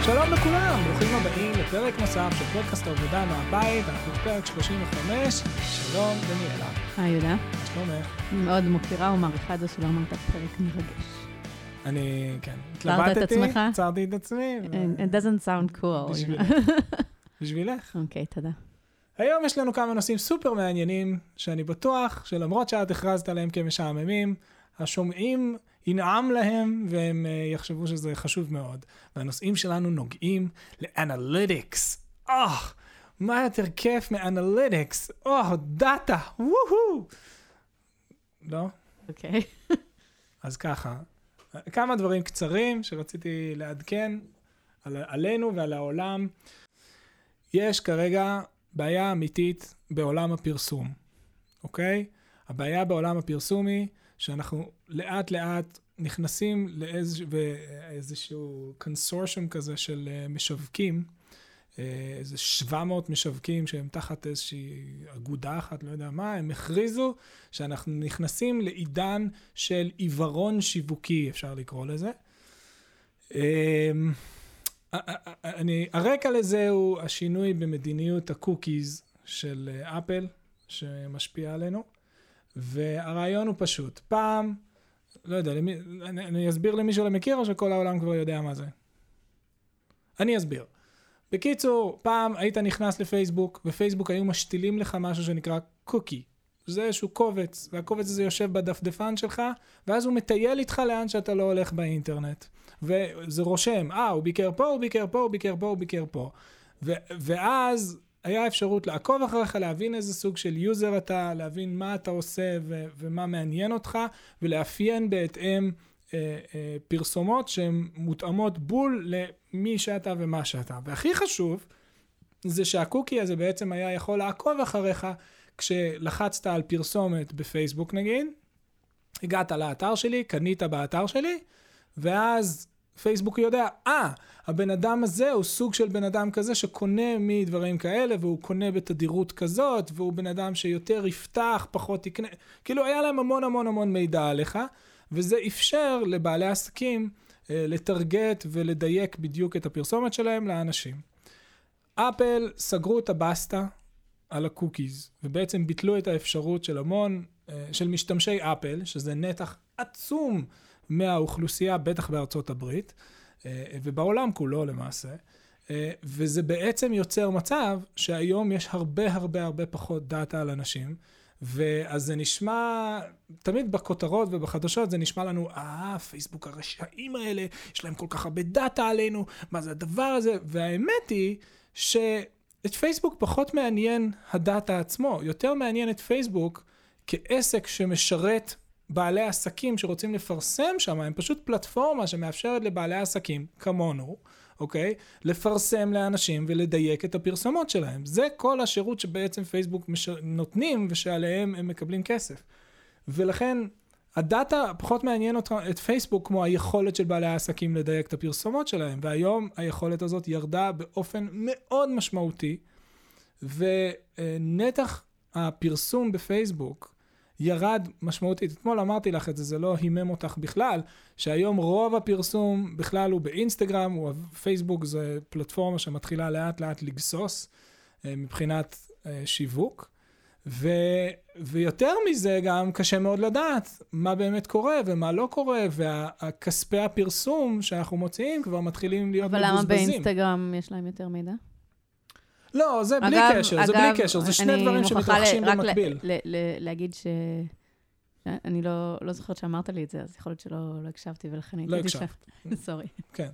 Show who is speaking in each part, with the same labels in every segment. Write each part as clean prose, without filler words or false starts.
Speaker 1: שלום לכולם, ברוכים הבאים לפרק נוסף של פודקאסט העבודה מהבית, אנחנו בפרק 35, שלום דניאלה.
Speaker 2: היי יהודה.
Speaker 1: מה שלומך?
Speaker 2: אני מאוד מוקירה ומעריכה את זה שלא אמרת פרק מרגש.
Speaker 1: אני, כן,
Speaker 2: צרת את עצמך?
Speaker 1: צרתי את עצמי.
Speaker 2: It doesn't sound cool.
Speaker 1: בשבילך.
Speaker 2: אוקיי, תודה.
Speaker 1: היום יש לנו כמה נושאים סופר מעניינים, שאני בטוח שלמרות שאת הכרזת עליהם כמשעממים, השומעים ינעם להם והם יחשבו שזה חשוב מאוד. והנושאים שלנו נוגעים לאנליטיקס. מה יותר כיף מאנליטיקס? דאטה, וואו! לא?
Speaker 2: אוקיי.
Speaker 1: אז ככה, כמה דברים קצרים שרציתי לעדכן עלינו ועל העולם. יש כרגע בעיה אמיתית בעולם הפרסום, אוקיי? הבעיה בעולם הפרסום היא שאנחנו לאט לאט נכנסים לאיזשהו קונסורשיום כזה של משווקים, איזה 700 משווקים שהם תחת איזושהי אגודה אחת, לא יודע מה, הם הכריזו שאנחנו נכנסים לעידן של עיוורון שיווקי, אפשר לקרוא לזה. הרקע לזה הוא השינוי במדיניות הקוקיז של אפל, שמשפיע עלינו, והרעיון הוא פשוט. פעם, לא יודע, אני אסביר למישהו למכיר או שכל העולם כבר יודע מה זה? אני אסביר. בקיצור, פעם היית נכנס לפייסבוק, ופייסבוק היו משתילים לך משהו שנקרא קוקי. זה איזשהו קובץ, והקובץ הזה יושב בדפדפן שלך, ואז הוא מטייל איתך לאן שאתה לא הולך באינטרנט. וזה רושם, הוא ביקר פה, הוא ביקר פה, הוא ביקר פה, הוא ביקר פה. ואז היה אפשרות לעקוב אחריך, להבין איזה סוג של יוזר אתה, להבין מה אתה עושה ומה מעניין אותך, ולאפיין בהתאם פרסומות שהן מותאמות בול למי שאתה ומה שאתה. והכי חשוב, זה שהקוקי הזה בעצם היה יכול לעקוב אחריך, כשלחצת על פרסומת בפייסבוק נגיד, הגעת לאתר שלי, קנית באתר שלי, ואז פייסבוק יודע, הבן אדם הזה הוא סוג של בן אדם כזה שקונה מדברים כאלה, והוא קונה בתדירות כזאת, והוא בן אדם שיותר יפתח, פחות יקנה. כאילו היה להם המון המון המון מידע עליך, וזה אפשר לבעלי עסקים לטרגט ולדייק בדיוק את הפרסומת שלהם לאנשים. אפל סגרו את הבסטה על הקוקיז, ובעצם ביטלו את האפשרות של המון, של משתמשי אפל, שזה נתח עצום מהאוכלוסייה, בטח בארצות הברית, ובעולם כולו למעשה, וזה בעצם יוצר מצב שהיום יש הרבה פחות דאטה על אנשים, ואז זה נשמע, תמיד בכותרות ובחדשות זה נשמע לנו, פייסבוק הרשעים האלה, יש להם כל כך הרבה דאטה עלינו, מה זה הדבר הזה? והאמת היא שאת פייסבוק פחות מעניין הדאטה עצמו, יותר מעניין את פייסבוק כעסק שמשרת בעלי עסקים שרוצים לפרסם שם, הם פשוט פלטפורמה שמאפשרת לבעלי עסקים כמונו, אוקיי? לפרסם לאנשים ולדייק את הפרסומות שלהם. זה כל השירות שבעצם פייסבוק נותנים ושעליהם הם מקבלים כסף. ולכן הדאטה פחות מעניין את פייסבוק כמו היכולת של בעלי העסקים לדייק את הפרסומות שלהם. והיום היכולת הזאת ירדה באופן מאוד משמעותי, ונתח הפרסום בפייסבוק ירד משמעותית. אתמול אמרתי לך את זה, זה לא הימם אותך בכלל, שהיום רוב הפרסום בכלל הוא באינסטגרם, פייסבוק זה פלטפורמה שמתחילה לאט לאט לגסוס מבחינת שיווק, ויותר מזה גם קשה מאוד לדעת מה באמת קורה ומה לא קורה, והכספי הפרסום שאנחנו מוציאים כבר מתחילים להיות מבוזבזים.
Speaker 2: אבל למה באינסטגרם יש להם יותר מידע?
Speaker 1: לא, זה בלי קשר, זה בלי קשר, זה שני דברים שמתרחשים במקביל.
Speaker 2: להגיד ש... אני לא זוכרת שאמרת לי את זה, אז יכול להיות שלא הקשבתי, ולכן הייתי...
Speaker 1: לא הקשבת.
Speaker 2: סורי.
Speaker 1: כן.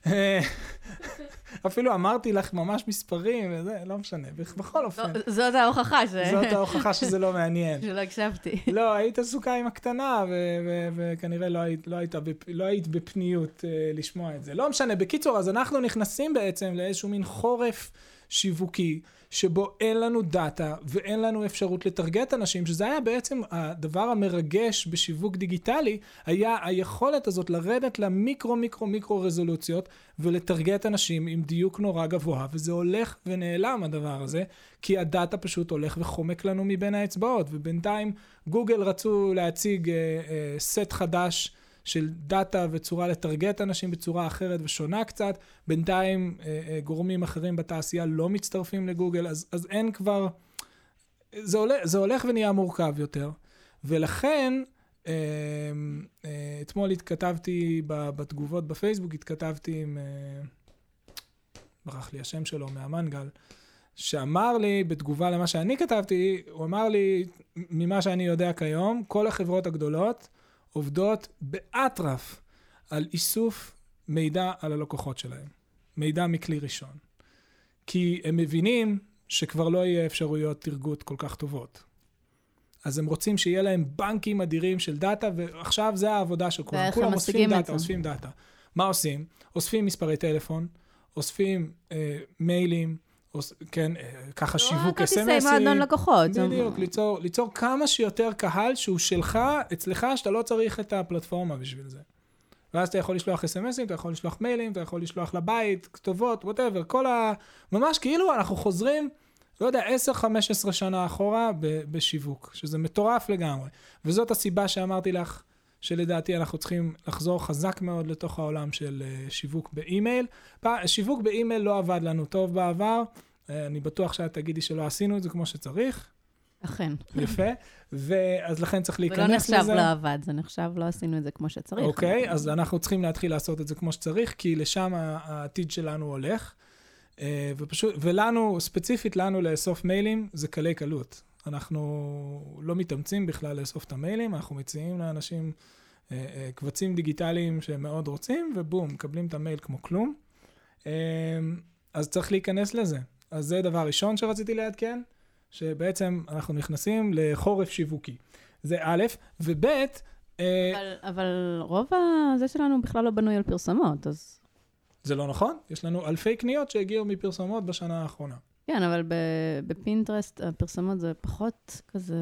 Speaker 1: אפילו אמרתי לך ממש מספרים, וזה לא משנה, בכל אופן.
Speaker 2: זאת ההוכחה
Speaker 1: זאת ההוכחה שזה לא מעניין.
Speaker 2: שלא הקשבתי.
Speaker 1: לא, היית עסוקה עם הקטנה, וכנראה לא היית בפניות לשמוע את זה. לא משנה, בקיצור, אז אנחנו נכנסים בעצם לאיזשהו מין חורף שיווקי, שבו אין לנו דאטה ואין לנו אפשרות לטרגט אנשים, שזה היה בעצם הדבר המרגש בשיווק דיגיטלי, היה היכולת הזאת לרדת למיקרו רזולוציות ולטרגט אנשים עם דיוק נורא גבוה, וזה הולך ונעלם הדבר הזה, כי הדאטה פשוט הולך וחומק לנו מבין האצבעות, ובינתיים גוגל רצו להציג סט חדש של דאטה וצורה לטרגט אנשים בצורה אחרת ושונה קצת. בינתיים גורמים אחרים בתעשייה לא מצטרפים לגוגל, אז אין כבר, זה הולך ונהיה מורכב יותר. ולכן, אתמול התכתבתי בתגובות בפייסבוק, התכתבתי עם, ברח לי השם שלו, מהמנגל, שאמר לי, בתגובה למה שאני כתבתי, הוא אמר לי, ממה שאני יודע כיום, כל החברות הגדולות עובדות באטרף על איסוף מידע על הלקוחות שלהם. מידע מכלי ראשון. כי הם מבינים שכבר לא יהיה אפשרויות תרגות כל כך טובות. אז הם רוצים שיהיה להם בנקים אדירים של דאטה, ועכשיו זה העבודה של כולם. כולם אוספים דאטה. מה עושים? אוספים מספרי טלפון, אוספים מיילים, כן, ככה שיווק
Speaker 2: אס-אם-אסים. כרטיסי מועדון לקוחות.
Speaker 1: בדיוק, ליצור כמה שיותר קהל שהוא שלך, אצלך, שאתה לא צריך את הפלטפורמה בשביל זה. ואז אתה יכול לשלוח אס-אם-אסים, אתה יכול לשלוח מיילים, אתה יכול לשלוח לבית, כתובות, whatever, ממש כאילו אנחנו חוזרים, לא יודע, 10-15 שנה אחורה בשיווק, שזה מטורף לגמרי. וזאת הסיבה שאמרתי לך, שלדעתי אנחנו צריכים לחזור חזק מאוד לתוך העולם של שיווק באימייל. שיווק באימייל לא עבד לנו טוב בעבר, אני בטוח שאת תגידי שלא עשינו את זה כמו שצריך.
Speaker 2: אכן.
Speaker 1: יפה, אז לכן צריך להיכנס לזה.
Speaker 2: ולא נחשב לא עבד, זה נחשב לא עשינו את זה כמו שצריך.
Speaker 1: אוקיי, אז אנחנו צריכים להתחיל לעשות את זה כמו שצריך, כי לשם העתיד שלנו הולך. ולנו, ספציפית לנו לאסוף מיילים, זה קלי קלות. אנחנו לא מתאמצים בכלל לאסוף את המיילים, אנחנו מציעים לאנשים קבצים דיגיטליים שהם מאוד רוצים, ובום, מקבלים את המייל כמו כלום. אז צריך להיכנס לזה. אז זה דבר ראשון שרציתי לעדכן, שבעצם אנחנו נכנסים לחורף שיווקי. זה א', וב',
Speaker 2: אבל רוב זה שלנו בכלל לא בנוי על פרסומות, אז...
Speaker 1: זה לא נכון? יש לנו אלפי קניות שהגיעו מפרסומות בשנה האחרונה.
Speaker 2: כן, אבל בפינטרסט הפרסומות זה פחות כזה...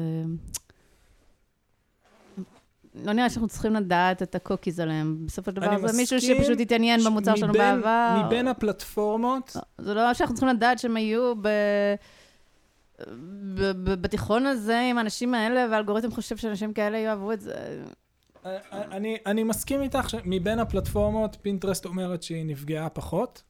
Speaker 2: לא נראה שאנחנו צריכים לדעת את הקוקיז עליהם. בסופו של דבר זה מישהו שפשוט התעניין במוצר שלנו בעבר.
Speaker 1: מבין הפלטפורמות...
Speaker 2: זה לא שאנחנו צריכים לדעת שהם היו בתיכון הזה עם האנשים האלה, והאלגוריתם חושב שאנשים כאלה יאהבו את זה.
Speaker 1: אני מסכים איתך שמבין הפלטפורמות, פינטרסט אומרת שהיא נפגעה פחות,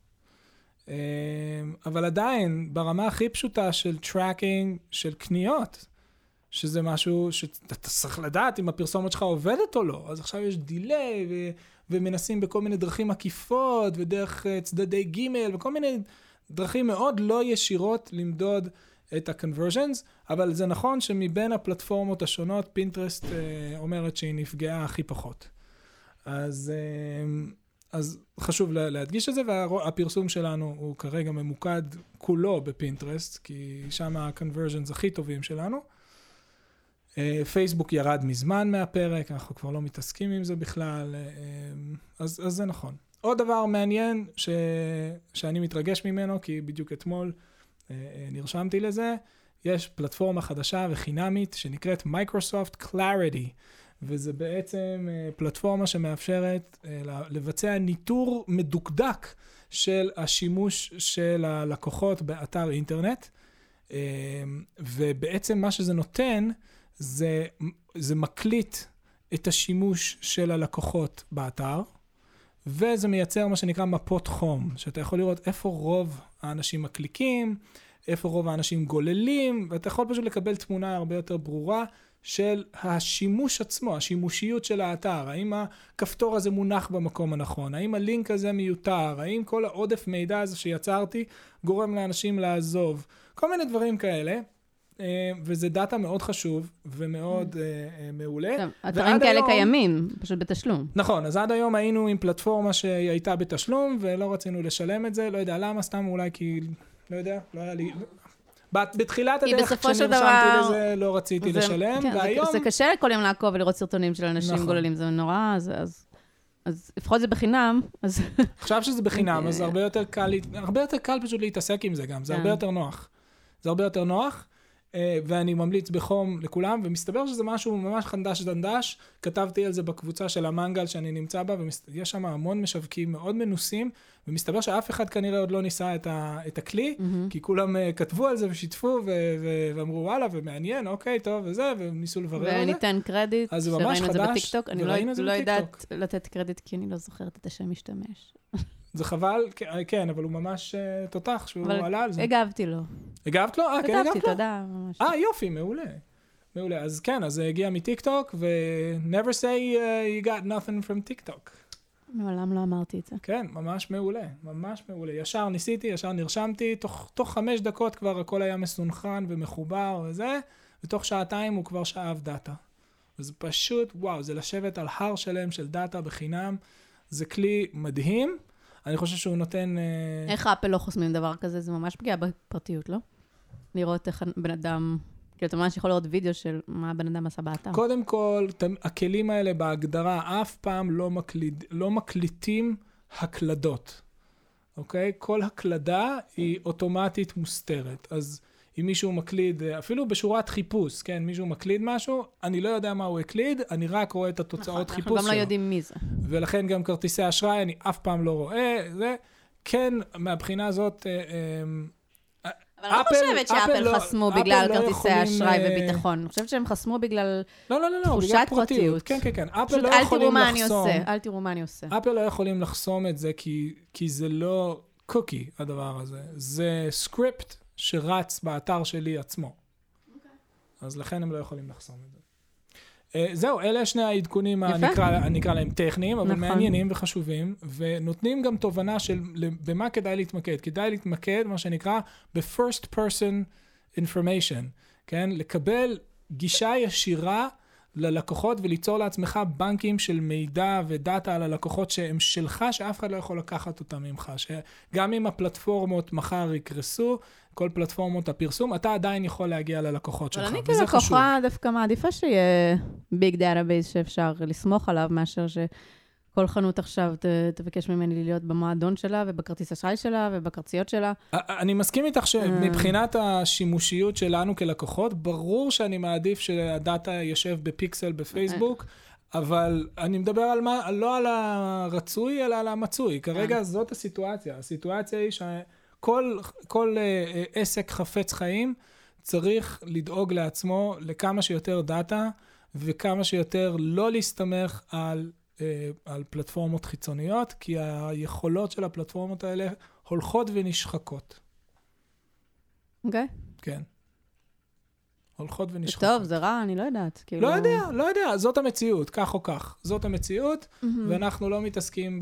Speaker 1: אבל עדיין, ברמה הכי פשוטה של טראקינג, של קניות, שזה משהו שאתה צריך לדעת אם הפרסומת שלך עובדת או לא, אז עכשיו יש דילי, ומנסים בכל מיני דרכים עקיפות, ודרך צדדי ג' וכל מיני דרכים מאוד לא ישירות למדוד את ה-conversions, אבל זה נכון שמבין הפלטפורמות השונות, פינטרסט אומרת שהיא נפגעה הכי פחות. אז חשוב להדגיש את זה, והפרסום שלנו הוא כרגע ממוקד כולו בפינטרסט, כי שם ה-conversions הכי טובים שלנו. פייסבוק ירד מזמן מהפרק, אנחנו כבר לא מתעסקים עם זה בכלל, אז זה נכון. עוד דבר מעניין שאני מתרגש ממנו, כי בדיוק אתמול נרשמתי לזה, יש פלטפורמה חדשה וחינמית שנקראת Microsoft Clarity, וזה בעצם פלטפורמה שמאפשרת לבצע ניטור מדוקדק של השימוש של הלקוחות באתר אינטרנט, ובעצם מה שזה נותן, זה מקליט את השימוש של הלקוחות באתר, וזה מייצר מה שנקרא מפות חום, שאתה יכול לראות איפה רוב האנשים מקליקים, איפה רוב האנשים גוללים, ואתה יכול פשוט לקבל תמונה הרבה יותר ברורה של השימוש עצמו, השימושיות של האתר, האם הכפתור הזה מונח במקום הנכון, האם הלינק הזה מיותר, האם כל העודף מידע הזה שיצרתי גורם לאנשים לעזוב, כל מיני דברים כאלה. וזה דאטה מאוד חשוב ומאוד מעולה.
Speaker 2: אתרים כאלה קיימים, פשוט בתשלום.
Speaker 1: נכון, אז עד היום היינו עם פלטפורמה שהיא הייתה בתשלום, ולא רצינו לשלם את זה, לא יודע למה, סתם אולי כי, לא יודע, לא היה לי... בתחילת הדרך כשנרשמתי לזה לא רציתי לשלם, והיום...
Speaker 2: זה קשה לכל יום לעקוב ולראות סרטונים של אנשים גוללים, זה נורא, אז לפחות זה בחינם, אז...
Speaker 1: עכשיו שזה בחינם, אז הרבה יותר קל פשוט להתעסק עם זה גם, זה הרבה יותר נוח. זה הרבה יותר נוח. ואני ממליץ בחום לכולם, ומסתבר שזה משהו ממש חנדש דנדש, כתבתי על זה בקבוצה של המנגל שאני נמצא בה, ויש שם המון משווקים מאוד מנוסים, ומסתבר שאף אחד כנראה עוד לא ניסה את הכלי, כי כולם כתבו על זה ושיתפו, ואמרו וואלה, ומעניין, אוקיי, טוב, וזה, וניסו לברר את זה.
Speaker 2: וניתן קרדיט, שראינו את זה בטיקטוק, אני לא יודעת
Speaker 1: בטיקטוק.
Speaker 2: לתת קרדיט, כי אני לא זוכרת את השם משתמש.
Speaker 1: זה חבל, כן, אבל הוא ממש תותח שהוא עלה על זה.
Speaker 2: הגבתי לו.
Speaker 1: הגבת לו? כן, הגבת לו?
Speaker 2: כתבתי, תודה. ממש.
Speaker 1: יופי, מעולה. מעולה. אז כן, אז זה הגיע מטיקטוק, ו-never say you got nothing from TikTok.
Speaker 2: מעולם לא אמרתי את זה.
Speaker 1: כן, ממש מעולה, ממש מעולה. ישר ניסיתי, ישר נרשמתי, תוך 5 דקות כבר הכל היה מסונכרן ומחובר וזה, ותוך שעתיים הוא כבר שאב דאטה. וזה פשוט, וואו, זה לשבת על הר שלם של דאטה בחינם, זה כלי מדהים. אני חושב שהוא נותן...
Speaker 2: איך אפל לא חוסמים דבר כזה? זה ממש פגיעה בפרטיות, לא? לראות איך בן אדם... כאילו, אתה ממש יכול לראות וידאו של מה הבן אדם עשה באתר.
Speaker 1: קודם כל, הכלים האלה בהגדרה אף פעם לא מקליטים הקלדות. אוקיי? כל הקלדה היא אוטומטית מוסתרת. אז אם מישהו מקליד, אפילו בשורת חיפוש, כן? מישהו מקליד משהו, אני לא יודע מה הוא הקליד, אני רק רואה את התוצאות חיפוש שלו.
Speaker 2: אנחנו גם לא יודעים מי זה.
Speaker 1: ולכן גם כרטיסי אשראי, אני אף פעם לא רואה. זה כן, מהבחינה הזאת...
Speaker 2: אבל אני לא חושבת שאפל חסמו בגלל כרטיסי אשראי וביטחון. אני חושבת שהם חסמו בגלל תחושת פרטיות.
Speaker 1: כן, כן, כן. אפל לא יכולים לחסום.
Speaker 2: אל תראו מה אני עושה.
Speaker 1: אפל לא יכולים לחסום את זה, כי זה לא קוקי, הדבר הזה. זה סקריפט שרץ באתר שלי עצמו. אז לכן הם לא יכולים לחסום את זה. זהו, אלה שני העדכונים, נקרא להם טכניים, אבל מעניינים וחשובים, ונותנים גם תובנה של במה כדאי להתמקד. כדאי להתמקד, מה שנקרא, ב-first person information, כן? לקבל גישה ישירה ללקוחות וליצור לעצמך בנקים של מידע ודאטה על הלקוחות שהם שלך, שאף אחד לא יכול לקחת אותם ממך. שגם אם הפלטפורמות מחר יקרסו, כל פלטפורמות הפרסום, אתה עדיין יכול להגיע ללקוחות שלך, וזה חשוב.
Speaker 2: אבל אני כלקוחה דווקא מעדיפה שיהיה ביג דאטאבייס שאפשר לסמוך עליו, מאשר שכל חנות עכשיו תבקש ממני להיות במועדון שלה, ובכרטיס אשראי שלה, ובקרציות שלה.
Speaker 1: אני מסכים איתך שמבחינת השימושיות שלנו כלקוחות, ברור שאני מעדיף שהדאטה יושב בפיקסל בפייסבוק, אבל אני מדבר לא על הרצוי, אלא על המצוי. כרגע זאת הסיטואציה. הסיטואציה היא כל עסק חפץ חיים צריך לדאוג לעצמו לכמה שיותר דאטה, וכמה שיותר לא להסתמך על פלטפורמות חיצוניות, כי היכולות של הפלטפורמות האלה הולכות ונשחקות.
Speaker 2: אוקיי.
Speaker 1: כן. הולכות ונשחקות.
Speaker 2: טוב, זה רע, אני לא יודעת.
Speaker 1: לא יודע, זאת המציאות, כך או כך. זאת המציאות, ואנחנו לא מתעסקים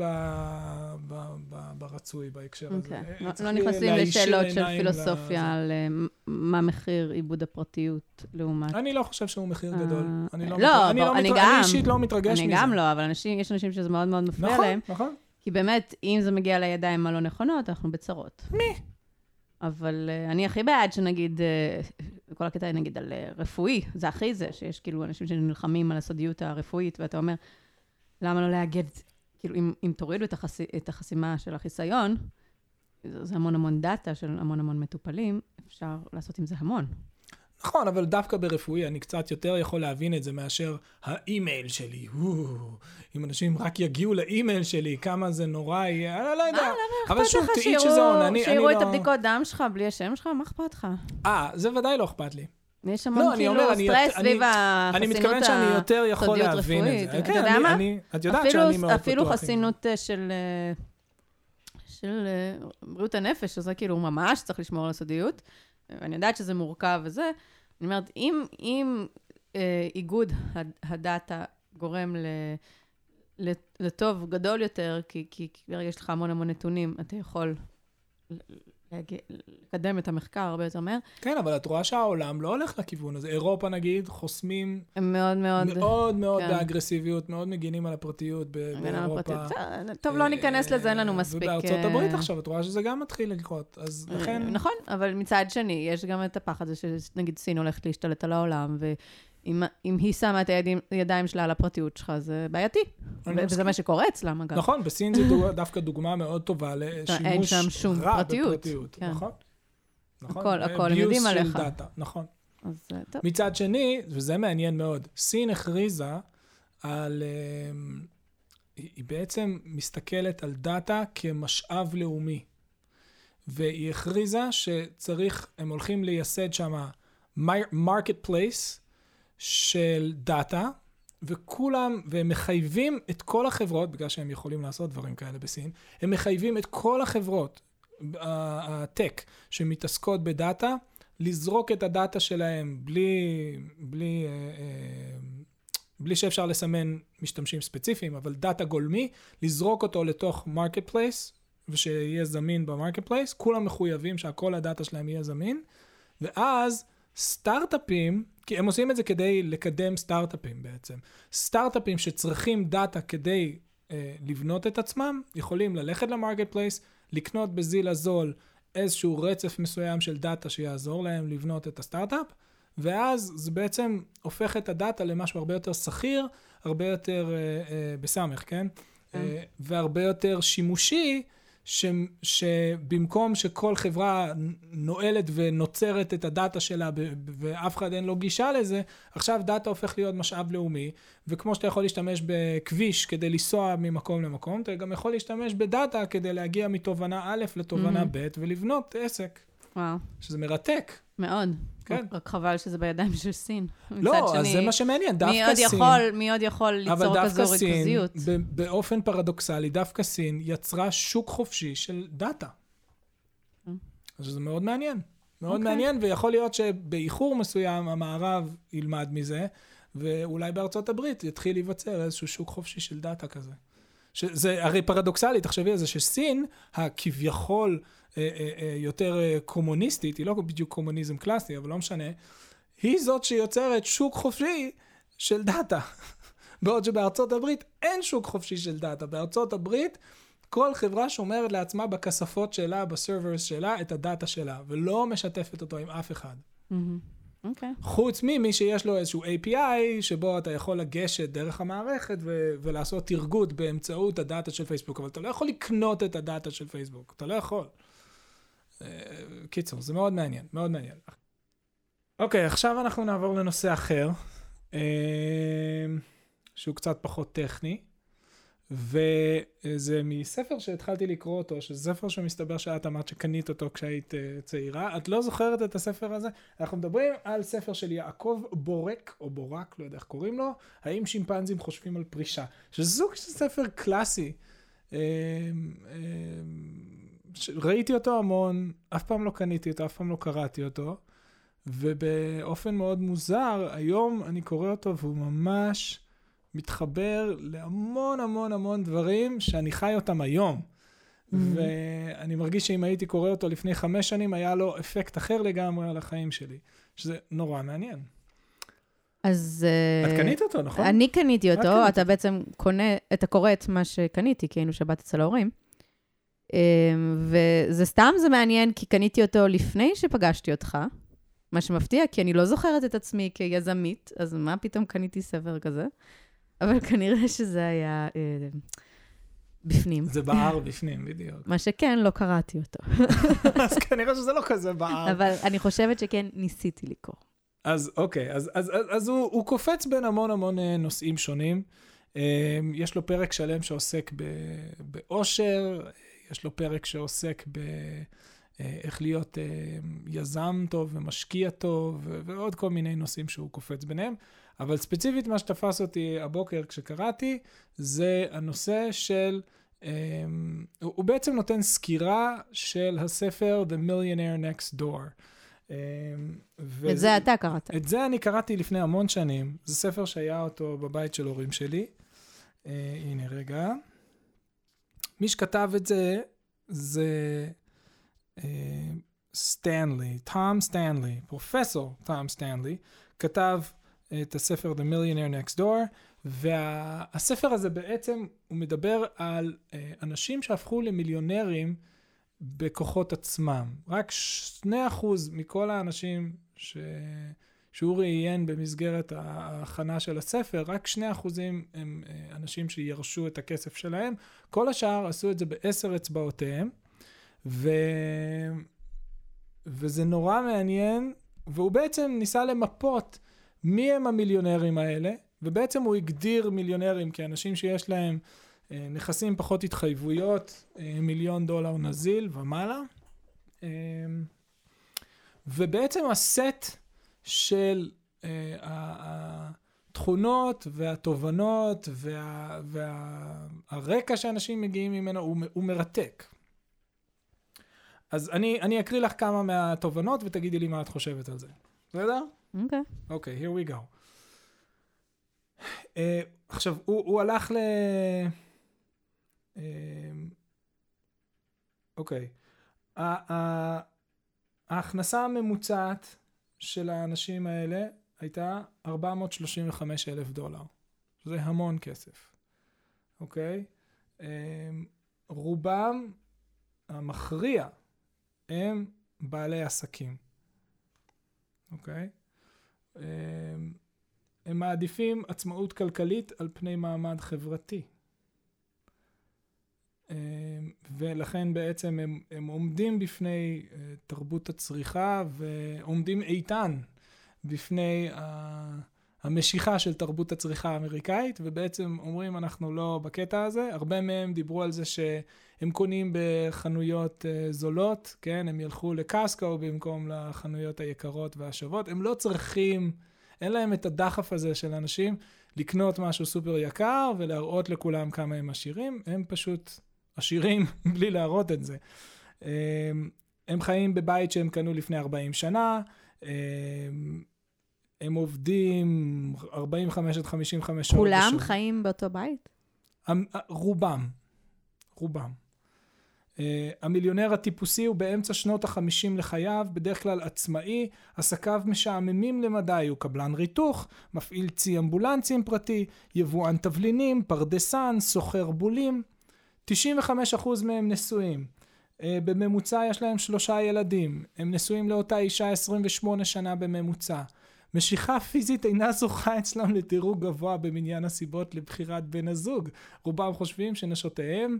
Speaker 1: ברצוי בהקשר הזה.
Speaker 2: לא נכנסים לשאלות של פילוסופיה על מה מחיר עיבוד הפרטיות לעומת...
Speaker 1: אני לא חושב שהוא מחיר גדול. אני אישית לא מתרגש מזה.
Speaker 2: אני גם לא, אבל יש אנשים שזה מאוד מאוד מפריע להם.
Speaker 1: נכון.
Speaker 2: כי באמת, אם זה מגיע לידיים הלא נכונות, אנחנו בצרות.
Speaker 1: מי?
Speaker 2: אבל אני הכי בעד שנגיד, כל הקטע נגיד על רפואי, זה הכי זה, שיש כאילו אנשים שנלחמים על הסודיות הרפואית, ואתה אומר, למה לא להגיד, כאילו אם תורידו את החסימה של החיסיון, זה המון המון דאטה של המון המון מטופלים, אפשר לעשות עם זה המון.
Speaker 1: נכון, אבל דווקא ברפואי אני קצת יותר יכול להבין את זה מאשר האימייל שלי. אם אנשים רק יגיעו לאימייל שלי, כמה זה נורא יהיה, אני לא יודע.
Speaker 2: אבל שוב, שיראו את הבדיקות דם שלך בלי השם שלך, מה אכפת לך?
Speaker 1: זה ודאי לא אכפת לי.
Speaker 2: יש המון כאילו סטרס סביב החסינות
Speaker 1: אני מתכוון שאני יותר יכול להבין את זה.
Speaker 2: אתה יודע מה?
Speaker 1: את יודעת שאני מאוד פתוח.
Speaker 2: אפילו חסינות של בריאות הנפש, שזה כאילו ממש צריך לשמור על הסודיות. אני יודעת שזה מורכב וזה. אני אומרת, אם איגוד הדאטה גורם לטוב גדול יותר, כי ברגע יש לך המון המון נתונים, אתה יכול לקדם את המחקר הרבה יותר מהר.
Speaker 1: כן, אבל את רואה שהעולם לא הולך לכיוון הזה. אירופה נגיד חוסמים
Speaker 2: מאוד
Speaker 1: מאוד באגרסיביות, מאוד מגינים על הפרטיות באירופה.
Speaker 2: טוב, לא ניכנס לזה, אין לנו מספיק.
Speaker 1: ובארצות הברית עכשיו, את רואה שזה גם מתחיל לקרות. אז לכן...
Speaker 2: נכון, אבל מצד שני, יש גם את הפחד הזה שנגיד סין הולכת להשתלט על העולם, אם היא שמה את הידיים שלה על הפרטיות שלך, זה בעייתי. וזה מה שקורה אצלם, אגב.
Speaker 1: נכון, בסין זה דווקא דוגמה מאוד טובה לשימוש רע בפרטיות. נכון?
Speaker 2: הכל, הם יודעים עליך.
Speaker 1: נכון.
Speaker 2: אז טוב.
Speaker 1: מצד שני, וזה מעניין מאוד, סין הכריזה על... היא בעצם מסתכלת על דאטה כמשאב לאומי. והיא הכריזה שצריך, הם הולכים לייסד שם מרקט פלייס של דאטה, וכולם, והם מחייבים את כל החברות, בגלל שהם יכולים לעשות דברים כאלה בסין, הם מחייבים את כל החברות, הטק, שמתעסקות בדאטה, לזרוק את הדאטה שלהם בלי שאפשר לסמן משתמשים ספציפיים, אבל דאטה גולמי, לזרוק אותו לתוך מרקט פלייס, ושיהיה זמין במרקט פלייס, כולם מחויבים שהכל הדאטה שלהם יהיה זמין, ואז סטארט-אפים, כי הם עושים את זה כדי לקדם סטארט-אפים בעצם, סטארט-אפים שצריכים דאטה כדי לבנות את עצמם, יכולים ללכת למרקט פלייס, לקנות בזיל הזול איזשהו רצף מסוים של דאטה שיעזור להם לבנות את הסטארט-אפ, ואז זה בעצם הופך את הדאטה למשהו הרבה יותר סחיר, הרבה יותר בסמך, כן? והרבה יותר שימושי, שבמקום שכל חברה נועלת ונוצרת את הדאטה שלה ואף אחד אין לו גישה לזה, עכשיו דאטה הופך להיות משאב לאומי, וכמו שאתה יכול להשתמש בכביש כדי לנסוע ממקום למקום, אתה גם יכול להשתמש בדאטה כדי להגיע מתובנה א' לתובנה ב' ולבנות עסק.
Speaker 2: וואו.
Speaker 1: שזה מרתק.
Speaker 2: מאוד.
Speaker 1: כן.
Speaker 2: רק חבל שזה בידיים של סין.
Speaker 1: לא, אז זה מה שמעניין, דווקא סין.
Speaker 2: מי עוד יכול ליצור כזו ריכוזיות?
Speaker 1: אבל דווקא סין, באופן פרדוקסלי, דווקא סין יצרה שוק חופשי של דאטה. אז זה מאוד מעניין. מאוד מעניין, ויכול להיות שבאיחור מסוים המערב ילמד מזה, ואולי בארצות הברית יתחיל להיווצר איזשהו שוק חופשי של דאטה כזה. זה הרי פרדוקסלי, תחשבי על זה שסין, הכביכול יותר קומוניסטית, היא לא בדיוק קומוניזם קלאסי, אבל לא משנה, היא זאת שיוצרת שוק חופשי של דאטה. בעוד שבארצות הברית אין שוק חופשי של דאטה. בארצות הברית כל חברה שומרת לעצמה בכספות שלה, בסרברס שלה, את הדאטה שלה, ולא משתפת אותו עם אף אחד. חוץ ממי שיש לו איזשהו API, שבו אתה יכול לגשת דרך המערכת ולעשות תרגות באמצעות הדאטה של פייסבוק, אבל אתה לא יכול לקנות את הדאטה של פייסבוק, אתה לא יכול. קיצור, זה מאוד מעניין, מאוד מעניין. אוקיי, עכשיו אנחנו נעבור לנושא אחר, שהוא קצת פחות טכני, וזה מספר שהתחלתי לקרוא אותו, שזה ספר שמסתבר שאת אמרת שקנית אותו כשהיית צעירה. את לא זוכרת את הספר הזה? אנחנו מדברים על ספר של יעקב בורק, או בורק, לא יודע איך קוראים לו, האם שימפנזים חושבים על פרישה. שזה סוג של ספר קלאסי. ראיתי אותו המון, אף פעם לא קניתי אותו, אף פעם לא קראתי אותו, ובאופן מאוד מוזר, היום אני קורא אותו והוא ממש מתחבר להמון המון המון דברים שאני חי אותם היום. ואני מרגיש שאם הייתי קורא אותו לפני 5 שנים, היה לו אפקט אחר לגמרי על החיים שלי, שזה נורא מעניין.
Speaker 2: אז...
Speaker 1: את קנית אותו, נכון?
Speaker 2: אני קניתי אותו, אתה בעצם קורא את מה שקניתי, כי היינו שבת אצל ההורים. וזה סתם, זה מעניין, כי קניתי אותו לפני שפגשתי אותך, מה שמפתיע, כי אני לא זוכרת את עצמי כיזמית, אז מה פתאום קניתי ספר כזה? אבל כנראה שזה היה בפנים.
Speaker 1: זה בער בפנים, בדיוק.
Speaker 2: מה שכן, לא קראתי אותו.
Speaker 1: אז כנראה שזה לא כזה בער.
Speaker 2: אבל אני חושבת שכן ניסיתי לקרוא.
Speaker 1: אז אוקיי, אז הוא קופץ בין המון המון נושאים שונים. יש לו פרק שלם שעוסק באושר, יש לו פרק שעוסק באיך להיות יזם טוב ומשקיע טוב, ועוד כל מיני נושאים שהוא קופץ ביניהם. אבל ספציפית מה שתפס אותי הבוקר כשקראתי, זה הנושא של, הוא בעצם נותן סקירה של הספר The Millionaire Next Door.
Speaker 2: את זה אתה קראת.
Speaker 1: את זה אני קראתי לפני המון שנים. זה ספר שהיה אותו בבית של הורים שלי. הנה רגע. מי שכתב את זה, זה סטנלי, תום סטנלי, פרופסור תום סטנלי, כתב את הספר The Millionaire Next Door, והספר הזה בעצם הוא מדבר על אנשים שהפכו למיליונרים בכוחות עצמם. רק 2% מכל האנשים שהוא ראיין במסגרת ההכנה של הספר, רק 2% הם אנשים שירשו את הכסף שלהם, כל השאר עשו את זה ב10 אצבעותיהם, וזה נורא מעניין והוא בעצם ניסה למפות מי הם המיליונרים האלה, ובעצם הוא הגדיר מיליונרים כאנשים שיש להם נכסים פחות התחייבויות, $1,000,000 נזיל ומעלה. ובעצם הסט של התכונות והתובנות והרקע שאנשים מגיעים ממנו הוא מרתק. אז אני אקריא לך כמה מהתובנות ותגידי לי מה את חושבת על זה. בסדר? אוקיי, here we go. עכשיו, הוא הלך אוקיי. ההכנסה הממוצעת של האנשים האלה הייתה $435,000. זה המון כסף. אוקיי? רובם המכריע הם בעלי עסקים. אוקיי? הם מעדיפים עצמאות כלכלית על פני מעמד חברתי. ולכן בעצם הם עומדים בפני תרבות הצריכה ועומדים איתן בפני המשיכה של תרבות הצריכה האמריקאית, ובעצם אומרים אנחנו לא בקטע הזה. הרבה מהם דיברו על זה שהם קונים בחנויות זולות, כן? הם ילכו לקסקו במקום לחנויות היקרות והשוות. הם לא צריכים, אין להם את הדחף הזה של אנשים לקנות משהו סופר יקר ולהראות לכולם כמה הם עשירים. הם פשוט עשירים בלי להראות את זה. הם חיים בבית שהם קנו לפני 40 שנה, הם עובדים 45 עד 55 שעות.
Speaker 2: כולם חיים באותו בית?
Speaker 1: רובם. המיליונר הטיפוסי הוא באמצע שנות ה-50 לחייו, בדרך כלל עצמאי, עסקיו משעממים למדי, הוא קבלן ריתוך, מפעיל צי אמבולנסים פרטי, יבואן תבלינים, פרדסן, סוחר בולים. 95% מהם נשואים. בממוצע יש להם 3 ילדים. הם נשואים לאותה אישה 28 שנה בממוצע. משיכה פיזית אינה זוכה אצלם לדירוג גבוה במניין הסיבות לבחירת בן הזוג. רובם חושבים שנשותיהם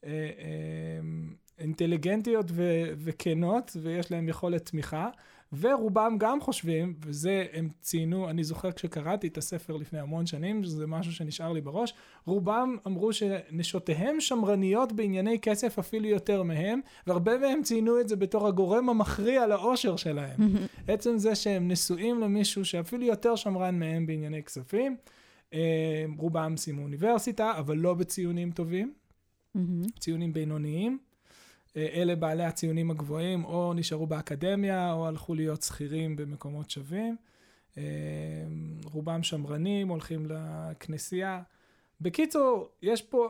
Speaker 1: אינטליגנטיות וכנות, ויש להם יכולת תמיכה, ורובם גם חושבים, וזה הם ציינו, אני זוכר כשקראתי את הספר לפני המון שנים, שזה משהו שנשאר לי בראש, רובם אמרו שנשותיהם שמרניות בענייני כסף אפילו יותר מהם, והרבה מהם ציינו את זה בתור הגורם המכריע לאושר שלהם. עצם זה שהם נשואים למישהו שאפילו יותר שמרן מהם בענייני כספים, רובם סיימו אוניברסיטה, אבל לא בציונים טובים, ציונים בינוניים, אלה בעלי הציונים הגבוהים, או נשארו באקדמיה, או הלכו להיות שכירים במקומות שווים. רובם שמרנים, הולכים לכנסייה. בקיצור, יש פה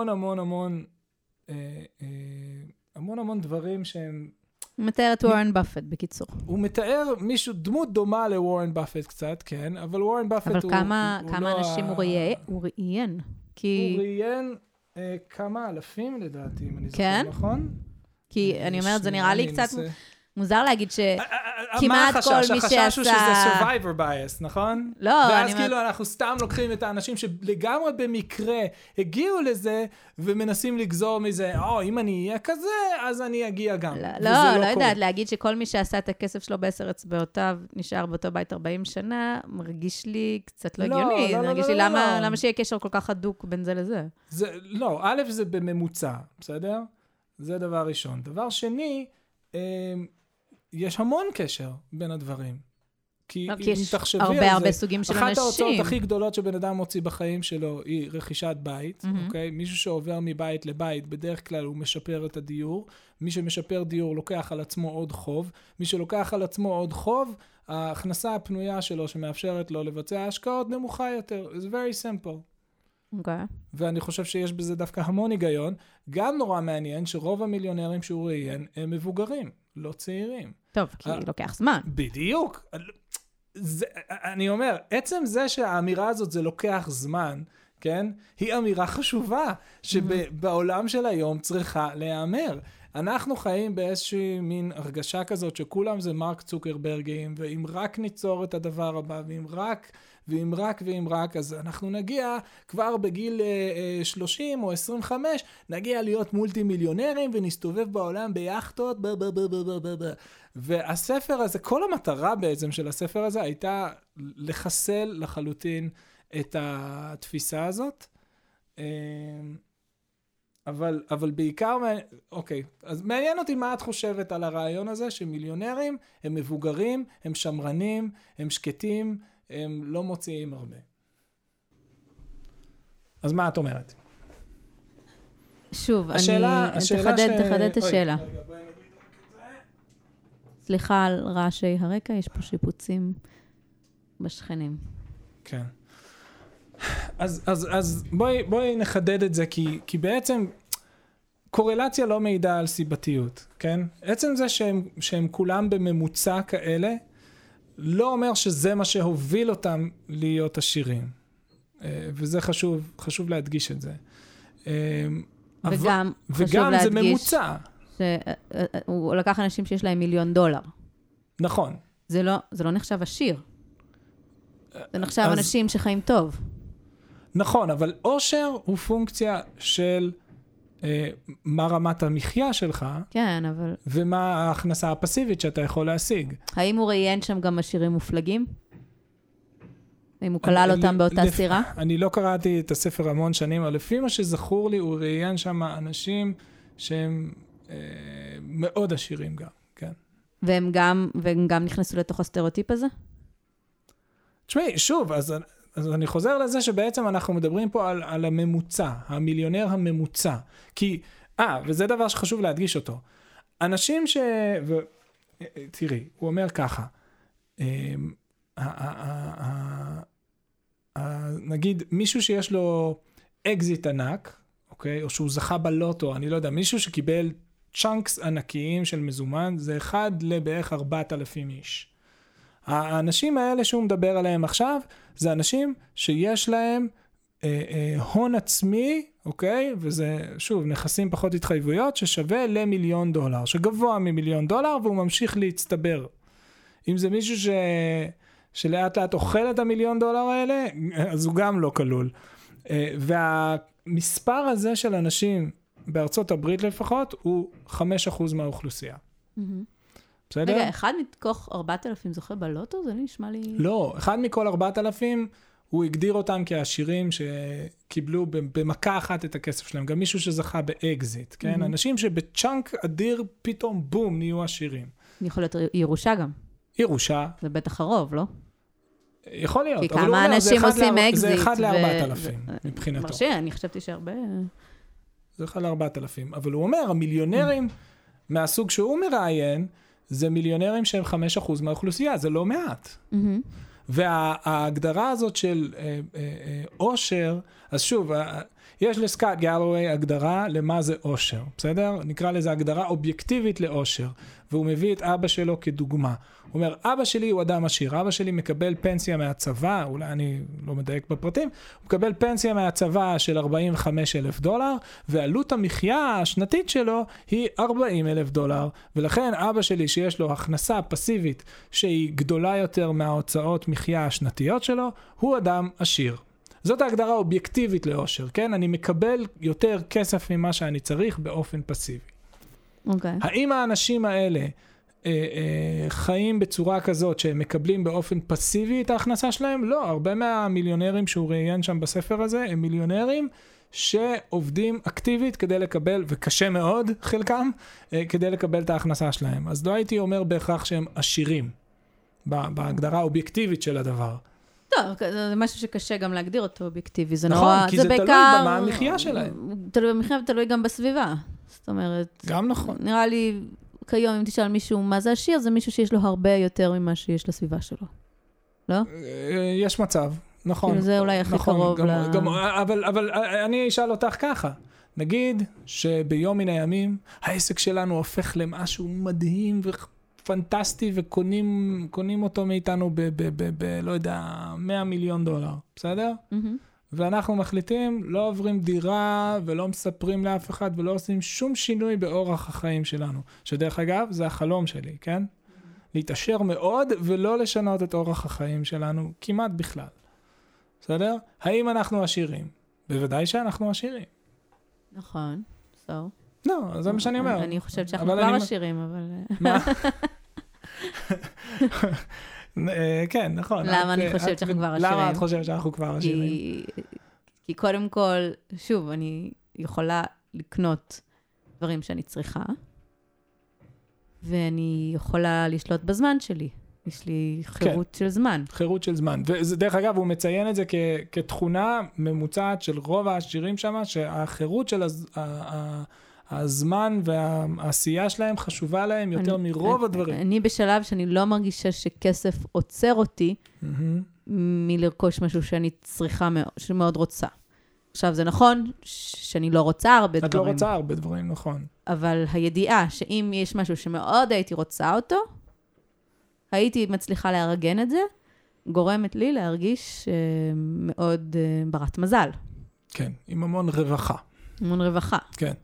Speaker 1: המון דברים שהם...
Speaker 2: הוא מתאר את וורן באפט, בקיצור.
Speaker 1: הוא מתאר דמות דומה לוורן באפט קצת, כן, אבל וורן באפט הוא...
Speaker 2: אבל כמה אנשים הוא ראיין?
Speaker 1: הוא ראיין כמה אלפים לדעתי, אם אני זוכר, נכון?
Speaker 2: כי אני אומרת, זה נראה לי קצת מוזר להגיד שכמעט כל מי שעשה...
Speaker 1: החשש הוא שזה survivor bias, נכון?
Speaker 2: לא,
Speaker 1: ואז כאילו אנחנו סתם לוקחים את האנשים שלגמרי במקרה הגיעו לזה, ומנסים לגזור מזה, אם אני אהיה כזה, אז אני אגיע גם.
Speaker 2: לא יודעת, להגיד שכל מי שעשה את הכסף שלו ב10 אצבעותיו, נשאר באותו בית 40 שנה, מרגיש לי קצת לא הגיוני. מרגיש לי למה שיהיה קשר כל כך הדוק בין זה לזה?
Speaker 1: לא, א' זה בממוצע, בסדר? זה דבר ראשון. דבר שני, יש המון קשר בין הדברים. כי אם תחשבי על זה,
Speaker 2: הרבה סוגים של אנשים.
Speaker 1: אחת ההוצאות הכי גדולות שבן אדם מוציא בחיים שלו היא רכישת בית, אוקיי? מישהו שעובר מבית לבית, בדרך כלל הוא משפר את הדיור. מי שמשפר דיור לוקח על עצמו עוד חוב. מי שלוקח על עצמו עוד חוב, ההכנסה הפנויה שלו שמאפשרת לו לבצע השקעות נמוכה יותר. It's very simple.
Speaker 2: Okay.
Speaker 1: ואני חושב שיש בזה דווקא המון היגיון. גם נורא מעניין שרוב המיליונרים שהוא ראיין הם מבוגרים, לא צעירים.
Speaker 2: טוב, כי לוקח זמן.
Speaker 1: בדיוק. אני אומר, עצם זה שהאמירה הזאת זה לוקח זמן, כן? היא אמירה חשובה שבעולם של היום צריכה להיאמר. אנחנו חיים באיזושהי מין הרגשה כזאת שכולם זה מרק צוקרברגים, ואם רק ניצור את הדבר הבא, ואם רק, אז אנחנו נגיע כבר בגיל 30 או 25, נגיע להיות מולטי מיליונרים ונסתובב בעולם ביחטות, והספר הזה, כל המטרה בעצם של הספר הזה הייתה לחסל לחלוטין את התפיסה הזאת. אבל בעיקר, אוקיי, אז מעניין אותי מה את חושבת על הרעיון הזה, שמיליונרים הם מבוגרים, הם שמרנים, הם שקטים, הם לא מוציאים הרבה. אז מה את אומרת?
Speaker 2: שוב, תחדד את השאלה. סליחה על רעשי הרקע, יש פה שיפוצים בשכנים.
Speaker 1: כן. אז בואי נחדד את זה, כי בעצם קורלציה לא מעידה על סיבתיות, כן? עצם זה שהם כולם בממוצע כאלה, לא אומר שזה מה שהוביל אותם להיות עשירים. וזה חשוב להדגיש את זה.
Speaker 2: וגם
Speaker 1: זה ממוצע.
Speaker 2: שהוא לקח אנשים שיש להם $1,000,000.
Speaker 1: נכון.
Speaker 2: זה לא נחשב עשיר. זה נחשב אנשים שחיים טוב.
Speaker 1: נכון, אבל עושר הוא פונקציה של מה רמת המחיה שלך,
Speaker 2: כן, אבל...
Speaker 1: ומה ההכנסה הפסיבית שאתה יכול להשיג.
Speaker 2: האם הוא ראיין שם גם עשירים מופלגים? האם הוא כלל אותם באותה סירה?
Speaker 1: אני לא קראתי את הספר המון שנים, אבל לפי מה שזכור לי, הוא ראיין שם אנשים שהם מאוד עשירים גם, כן.
Speaker 2: והם גם נכנסו לתוך הסטריאוטיפ הזה?
Speaker 1: תשמעי, שוב, אז אני חוזר לזה שבעצם אנחנו מדברים פה על הממוצע, המיליונר הממוצע. כי, וזה דבר שחשוב להדגיש אותו. אנשים תראי, הוא אומר ככה, נגיד מישהו שיש לו אקזיט ענק, אוקיי? או שהוא זכה בלוטו, אני לא יודע, מישהו שקיבל צ'אנקס ענקיים של מזומן, זה אחד לבערך 4,000 איש. האנשים האלה שהוא מדבר עליהם עכשיו, זה אנשים שיש להם הון עצמי, אוקיי? וזה, שוב, נכסים פחות התחייבויות, ששווה $1,000,000, שגבוה $1,000,000, והוא ממשיך להצטבר. אם זה מישהו שלאט לאט אוכל את $1,000,000 האלה, אז הוא גם לא כלול. והמספר הזה של אנשים, בארצות הברית לפחות, הוא 5% מהאוכלוסייה. בסדר?
Speaker 2: רגע, אחד מתוך 4,000 זוכה בלוטו? זה נשמע לי...
Speaker 1: לא, אחד מכל 4,000, הוא הגדיר אותם כעשירים שקיבלו במכה אחת את הכסף שלהם. גם מישהו שזכה באקזיט, כן? אנשים שבצ'אנק אדיר פתאום בום נהיו עשירים.
Speaker 2: יכול להיות ירושה גם.
Speaker 1: ירושה.
Speaker 2: זה בטח הרוב, לא?
Speaker 1: יכול להיות.
Speaker 2: כי כמה אנשים עושים אקזיט.
Speaker 1: זה 1 ל-4,000 מבחינתו.
Speaker 2: מרשה, אני חשבתי שהרבה...
Speaker 1: זה 1 ל-4,000. אבל הוא אומר, המיליונרים מהסוג שהוא מראיין, זה מיליונרים שהם 5% מהאוכלוסייה, זה לא מעט. וההגדרה הזאת של עושר, אז שוב, יש לסקאט גלווי הגדרה למה זה עושר, בסדר? נקרא לזה הגדרה אובייקטיבית לעושר, והוא מביא את אבא שלו כדוגמה. הוא אומר, אבא שלי הוא אדם עשיר, אבא שלי מקבל פנסיה מהצבא, אולי אני לא מדייק בפרטים, הוא מקבל פנסיה מהצבא של $45,000, ועלות המחיה השנתית שלו היא $40,000, ולכן אבא שלי שיש לו הכנסה פסיבית שהיא גדולה יותר מההוצאות מחיה השנתיות שלו, הוא אדם עשיר. זאת ההגדרה אובייקטיבית לעושר, כן? אני מקבל יותר כסף ממה שאני צריך באופן פסיבי.
Speaker 2: אוקיי.
Speaker 1: האם האנשים האלה חיים בצורה כזאת שהם מקבלים באופן פסיבי את ההכנסה שלהם? לא, הרבה מהמיליונרים שהוא ראיין שם בספר הזה, הם מיליונרים שעובדים אקטיבית כדי לקבל, וקשה מאוד חלקם, כדי לקבל את ההכנסה שלהם. אז לא הייתי אומר בהכרח שהם עשירים, בהגדרה האובייקטיבית של הדבר.
Speaker 2: טוב, זה משהו שקשה גם להגדיר אותו אובייקטיבי.
Speaker 1: נכון, כי זה תלוי במה המחיה שלהם.
Speaker 2: תלוי במחיה ותלוי גם בסביבה. זאת אומרת...
Speaker 1: גם נכון.
Speaker 2: נראה לי, כיום אם תשאל מישהו מה זה עשיר, זה מישהו שיש לו הרבה יותר ממה שיש לסביבה שלו. לא?
Speaker 1: יש מצב, נכון.
Speaker 2: כאילו זה אולי הכי קרוב
Speaker 1: אבל אני אשאל אותך ככה. נגיד שביום מן הימים, העסק שלנו הופך למשהו מדהים פנטסטי, וקונים אותו מאיתנו לא יודע, $100,000,000, בסדר? ואנחנו מחליטים, לא עוברים דירה, ולא מספרים לאף אחד, ולא עושים שום שינוי באורח החיים שלנו. שדרך אגב, זה החלום שלי, כן? להתעשר מאוד, ולא לשנות את אורח החיים שלנו, כמעט בכלל. בסדר? האם אנחנו עשירים? בוודאי שאנחנו עשירים.
Speaker 2: נכון, so.
Speaker 1: לא, זה מה שאני אומר.
Speaker 2: אני חושבת שאנחנו כבר עשירים, אבל...
Speaker 1: מה? כן, נכון.
Speaker 2: למה אני חושבת שאנחנו כבר עשירים?
Speaker 1: למה את חושבת שאנחנו כבר עשירים?
Speaker 2: כי קודם כל, שוב, אני יכולה לקנות דברים שאני צריכה, ואני יכולה לשלוט בזמן שלי. יש לי חירות של זמן.
Speaker 1: חירות של זמן. ודרך אגב, הוא מציין את זה כתכונה ממוצעת של רוב העשירים שם, שהחירות של הזמן והעשייה שלהם חשובה להם יותר מרוב הדברים.
Speaker 2: אני בשלב שאני לא מרגישה שכסף עוצר אותי מלרכוש משהו שאני צריכה, שמאוד רוצה. עכשיו, זה נכון שאני לא רוצה הרבה דברים.
Speaker 1: את לא רוצה הרבה דברים, נכון.
Speaker 2: אבל הידיעה שאם יש משהו שמאוד הייתי רוצה אותו, הייתי מצליחה לארגן את זה, גורמת לי להרגיש מאוד ברת מזל.
Speaker 1: כן, עם המון רווחה.
Speaker 2: המון רווחה.
Speaker 1: כן.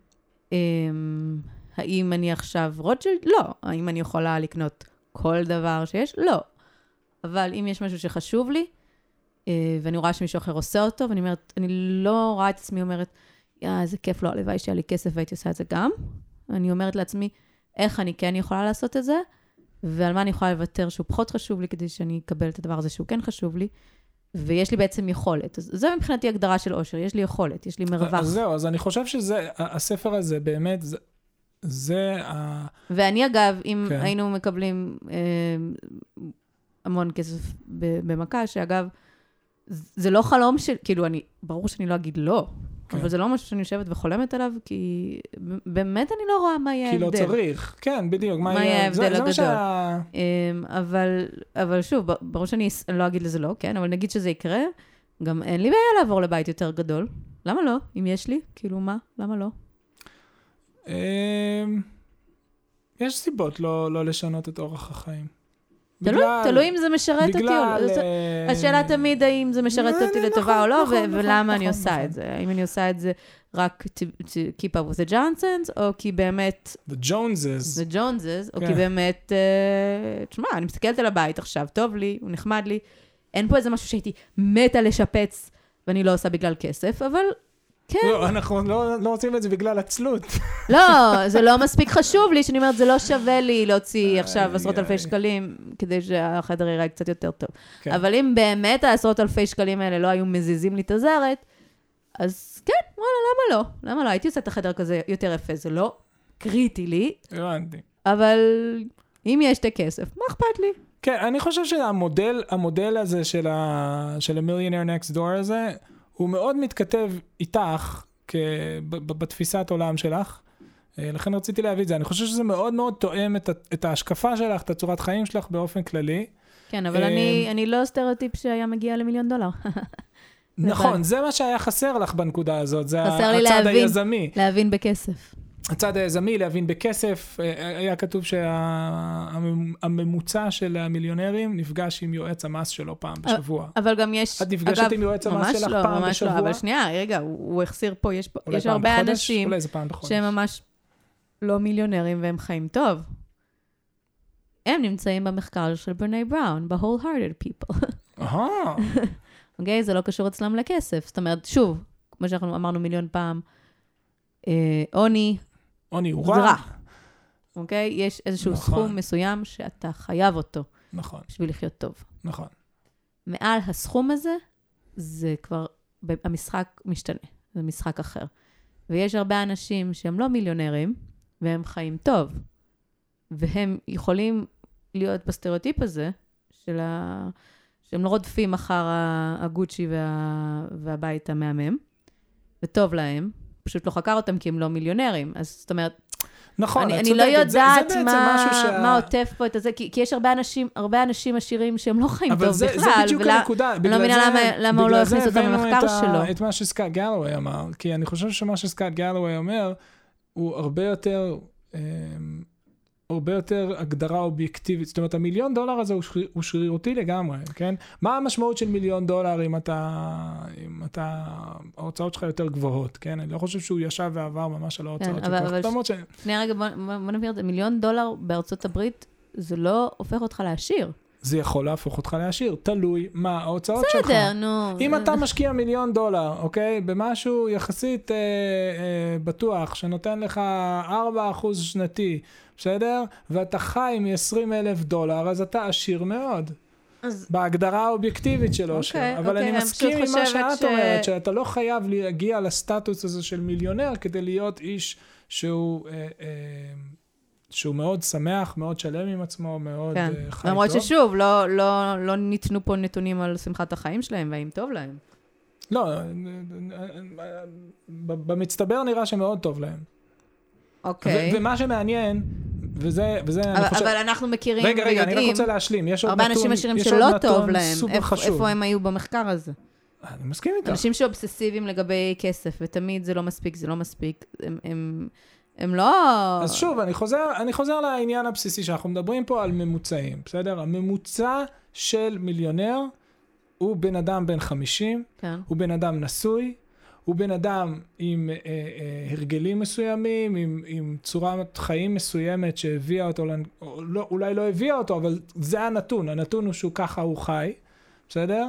Speaker 2: האם אני עכשיו רוטשילד? לא. האם אני יכולה לקנות כל דבר שיש? לא. אבל אם יש משהו שחשוב לי, ואני רואה שמישהו אחר עושה אותו, ואני אומרת, אני לא רואה את עצמי אומרת, איזה כיף לו, הלוואי שהיה לי כסף והייתי עושה את זה גם. אני אומרת לעצמי, איך אני כן יכולה לעשות את זה, ועל מה אני יכולה לוותר שהוא פחות חשוב לי, כדי שאני אקבל את הדבר הזה שהוא כן חשוב לי, ויש לי בעצם יכולת. אז זה מבחינתי הגדרה של אושר, יש לי יכולת, יש לי מרווח.
Speaker 1: אז זהו, אז אני חושב שזה, הספר הזה באמת, זה
Speaker 2: ואני אגב, אם היינו מקבלים המון כסף במכה, שאגב, זה לא חלום של, כאילו, ברור שאני לא אגיד לא, אבל זה לא משהו שאני יושבת וחולמת עליו, כי באמת אני לא רואה מה יהיה ההבדל.
Speaker 1: כי לא צריך, כן, בדיוק,
Speaker 2: מה יהיה ההבדל הגדול. אבל שוב, ברור שאני לא אגיד לזה לא, כן, אבל נגיד שזה יקרה, גם אין לי בעיה לעבור לבית יותר גדול. למה לא? אם יש לי, כאילו מה? למה לא?
Speaker 1: יש סיבות לא לשנות את אורח החיים.
Speaker 2: תלוי אם זה משרת אותי או לא. השאלה תמיד האם זה משרת אותי לטובה או לא, ולמה אני עושה את זה. האם אני עושה את זה רק to keep up with the Johnsons, או כי באמת...
Speaker 1: The Joneses,
Speaker 2: או כי באמת... תשמע, אני מסתכלת על הבית עכשיו, טוב לי, הוא נחמד לי. אין פה איזה משהו שהייתי מתה לשפץ, ואני לא עושה בגלל כסף, אבל... כן.
Speaker 1: לא, אנחנו לא עושים את זה בגלל עצלות.
Speaker 2: לא, זה לא מספיק חשוב לי, שאני אומרת, זה לא שווה לי להוציא עכשיו עשרות אלפי שקלים, כדי שהחדר ייראה קצת יותר טוב. אבל אם באמת העשרות אלפי שקלים האלה לא היו מזיזים לי את הזרת, אז כן, וואלה, למה לא? למה לא? הייתי עושה את החדר כזה יותר יפה, זה לא קריטי לי.
Speaker 1: הבנתי.
Speaker 2: אבל אם יש את הכסף, מה אכפת לי?
Speaker 1: כן, אני חושב שהמודל הזה של ה-Millionaire Next Door הזה, הוא מאוד מתכתב איתך, בתפיסת עולם שלך, לכן רציתי להביא את זה. אני חושב שזה מאוד מאוד תואם את ההשקפה שלך, את הצורת חיים שלך באופן כללי.
Speaker 2: כן, אבל אני לא סטריאוטיפ שהיה מגיע ל$1,000,000.
Speaker 1: נכון, זה מה שהיה חסר לך בנקודה הזאת, זה הצד היזמי.
Speaker 2: להבין בכסף.
Speaker 1: הצד היזמי, להבין בכסף, היה כתוב שהממוצע של המיליונרים נפגש עם יועץ המס שלו פעם בשבוע.
Speaker 2: אבל גם יש...
Speaker 1: את נפגשת עם יועץ המס שלך פעם בשבוע?
Speaker 2: לא, אבל שנייה, רגע, הוא החסיר פה, יש הרבה אנשים שהם ממש לא מיליונרים והם חיים טוב. הם נמצאים במחקר של ברני בראון, ב-wholehearted people. אוקיי, זה לא קשור אצלם לכסף. זאת אומרת, שוב, כמו שאנחנו אמרנו מיליון פעם, עוני
Speaker 1: הוא
Speaker 2: רע. אוקיי? יש איזשהו סכום מסוים שאתה חייב אותו.
Speaker 1: נכון.
Speaker 2: בשביל לחיות טוב.
Speaker 1: נכון.
Speaker 2: מעל הסכום הזה, זה כבר, המשחק משתנה. זה משחק אחר. ויש הרבה אנשים שהם לא מיליונרים, והם חיים טוב. והם יכולים להיות בסטריאוטיפ הזה, שהם לא רודפים אחר הגוצ'י והבית המהמם, וטוב להם. פשוט לא חקר אותם כי הם לא מיליונרים. אז זאת אומרת,
Speaker 1: נכון,
Speaker 2: אני לא יודעת מה עוטף פה את זה, כי יש הרבה אנשים עשירים שהם לא חיים טוב בכלל. אבל זה
Speaker 1: בדיוק הנקודה.
Speaker 2: אני לא מבינה למה הוא לא הכניס אותם במחקר שלו.
Speaker 1: את מה שסקאט גלווי אמר, כי אני חושב שמה שסקאט גלווי אומר, הוא הרבה יותר הרבה יותר הגדרה אובייקטיבית. זאת אומרת, $1,000,000 הזה הוא שרירותי לגמרי, כן? מה המשמעות של $1,000,000 אם ההוצאות שלך יותר גבוהות, כן? אני לא חושב שהוא ישב ועבר ממש על ההוצאות שלך.
Speaker 2: שנייה רגע, בוא נבהיר, $1,000,000 בארצות הברית, זה לא הופך אותך לעשיר.
Speaker 1: זה יכול להפוך אותך לעשיר, תלוי מה ההוצאות שלך.
Speaker 2: בסדר, נו.
Speaker 1: אם אתה משקיע $1,000,000, אוקיי? במשהו יחסית בטוח, שנותן לך 4% שנתי, בסדר? ואתה חי $20,000, אז אתה עשיר מאוד. בהגדרה האובייקטיבית של אושר. אבל אני מסכים עם מה שאת אומרת, שאתה לא חייב להגיע לסטטוס הזה של מיליונר, כדי להיות איש שהוא מאוד שמח, מאוד שלם עם עצמו, מאוד חי טוב.
Speaker 2: למרות ששוב, לא ניתנו פה נתונים על שמחת החיים שלהם, והאם טוב להם.
Speaker 1: לא, במצטבר נראה שמאוד טוב להם.
Speaker 2: אוקיי.
Speaker 1: ומה שמעניין, וזה אני חושב...
Speaker 2: אבל אנחנו מכירים ויודעים...
Speaker 1: רגע, אני רק רוצה להשלים.
Speaker 2: הרבה אנשים עשירים שלא טוב להם. איפה הם היו במחקר הזה?
Speaker 1: אני מסכים איתך.
Speaker 2: אנשים שאובססיביים לגבי כסף, ותמיד זה לא מספיק, הם לא...
Speaker 1: אז שוב, אני חוזר לעניין הבסיסי, שאנחנו מדברים פה על ממוצעים, בסדר? הממוצע של מיליונר הוא בן אדם בן 50, כן. הוא בן אדם נשוי, הוא בן אדם עם הרגלים מסוימים, עם צורת חיים מסוימת שהביאה אותו, אולי לא הביאה אותו, אבל זה הנתון הוא שהוא ככה הוא חי, בסדר?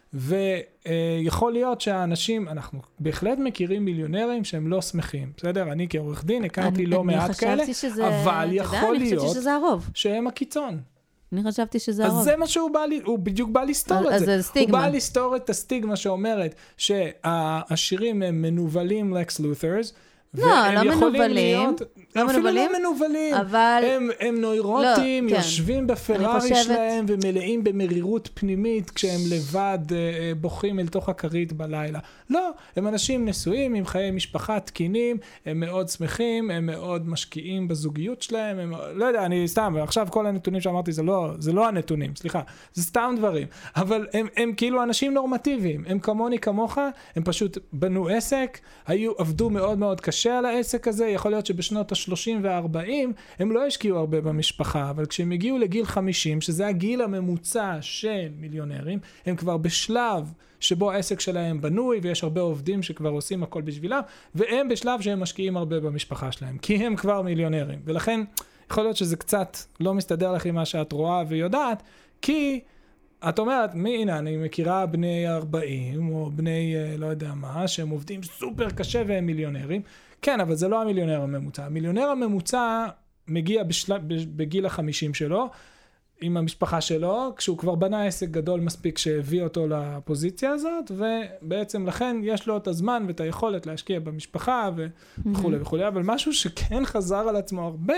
Speaker 1: ויכול להיות שהאנשים, אנחנו בהחלט מכירים מיליונרים שהם לא שמחים, בסדר? אני כעורך דין הכרתי לא מעט כאלה, אבל יכול להיות שהם הקיצון.
Speaker 2: אני חשבתי שזה הרוב.
Speaker 1: אז זה מה שהוא בא, הוא בדיוק בא לסתור את זה. הוא בא לסתור את הסטיגמה שאומרת שהעשירים הם מנובלים לקס לות'רס,
Speaker 2: לא מנובלים.
Speaker 1: אפילו לא מנובלים. הם נוירוטים, יושבים בפרארי שלהם ומלאים במרירות פנימית כשהם לבד בוכים אל תוך הכרית בלילה. לא, הם אנשים נשואים עם חיי משפחה תקינים, הם מאוד שמחים, הם מאוד משקיעים בזוגיות שלהם, לא יודע, אני סתם, עכשיו כל הנתונים שאמרתי זה לא הנתונים, סליחה, זה סתם דברים, אבל הם כאילו אנשים נורמטיביים, הם כמוני כמוך, הם פשוט בנו עסק, עבדו מאוד מאוד קשה על העסק הזה, יכול להיות שבשנות ה-30 וה-40 הם לא השקיעו הרבה במשפחה, אבל כשהם הגיעו לגיל 50, שזה הגיל הממוצע של מיליונרים, הם כבר בשלב שבו העסק שלהם בנוי, ויש הרבה עובדים שכבר עושים הכל בשבילם, והם בשלב שהם משקיעים הרבה במשפחה שלהם, כי הם כבר מיליונרים. ולכן יכול להיות שזה קצת לא מסתדר לך עם מה שאת רואה ויודעת, כי את אומרת, הנה, אני מכירה בני 40, או בני לא יודע מה, שהם עובדים סופר קשה והם מיליונרים. כן, אבל זה לא המיליונר הממוצע. המיליונר הממוצע מגיע בגיל ה-50 שלו, עם המשפחה שלו, כשהוא כבר בנה עסק גדול מספיק שהביא אותו לפוזיציה הזאת, ובעצם לכן יש לו את הזמן ואת היכולת להשקיע במשפחה וכו' וכו', אבל משהו שכן חזר על עצמו הרבה,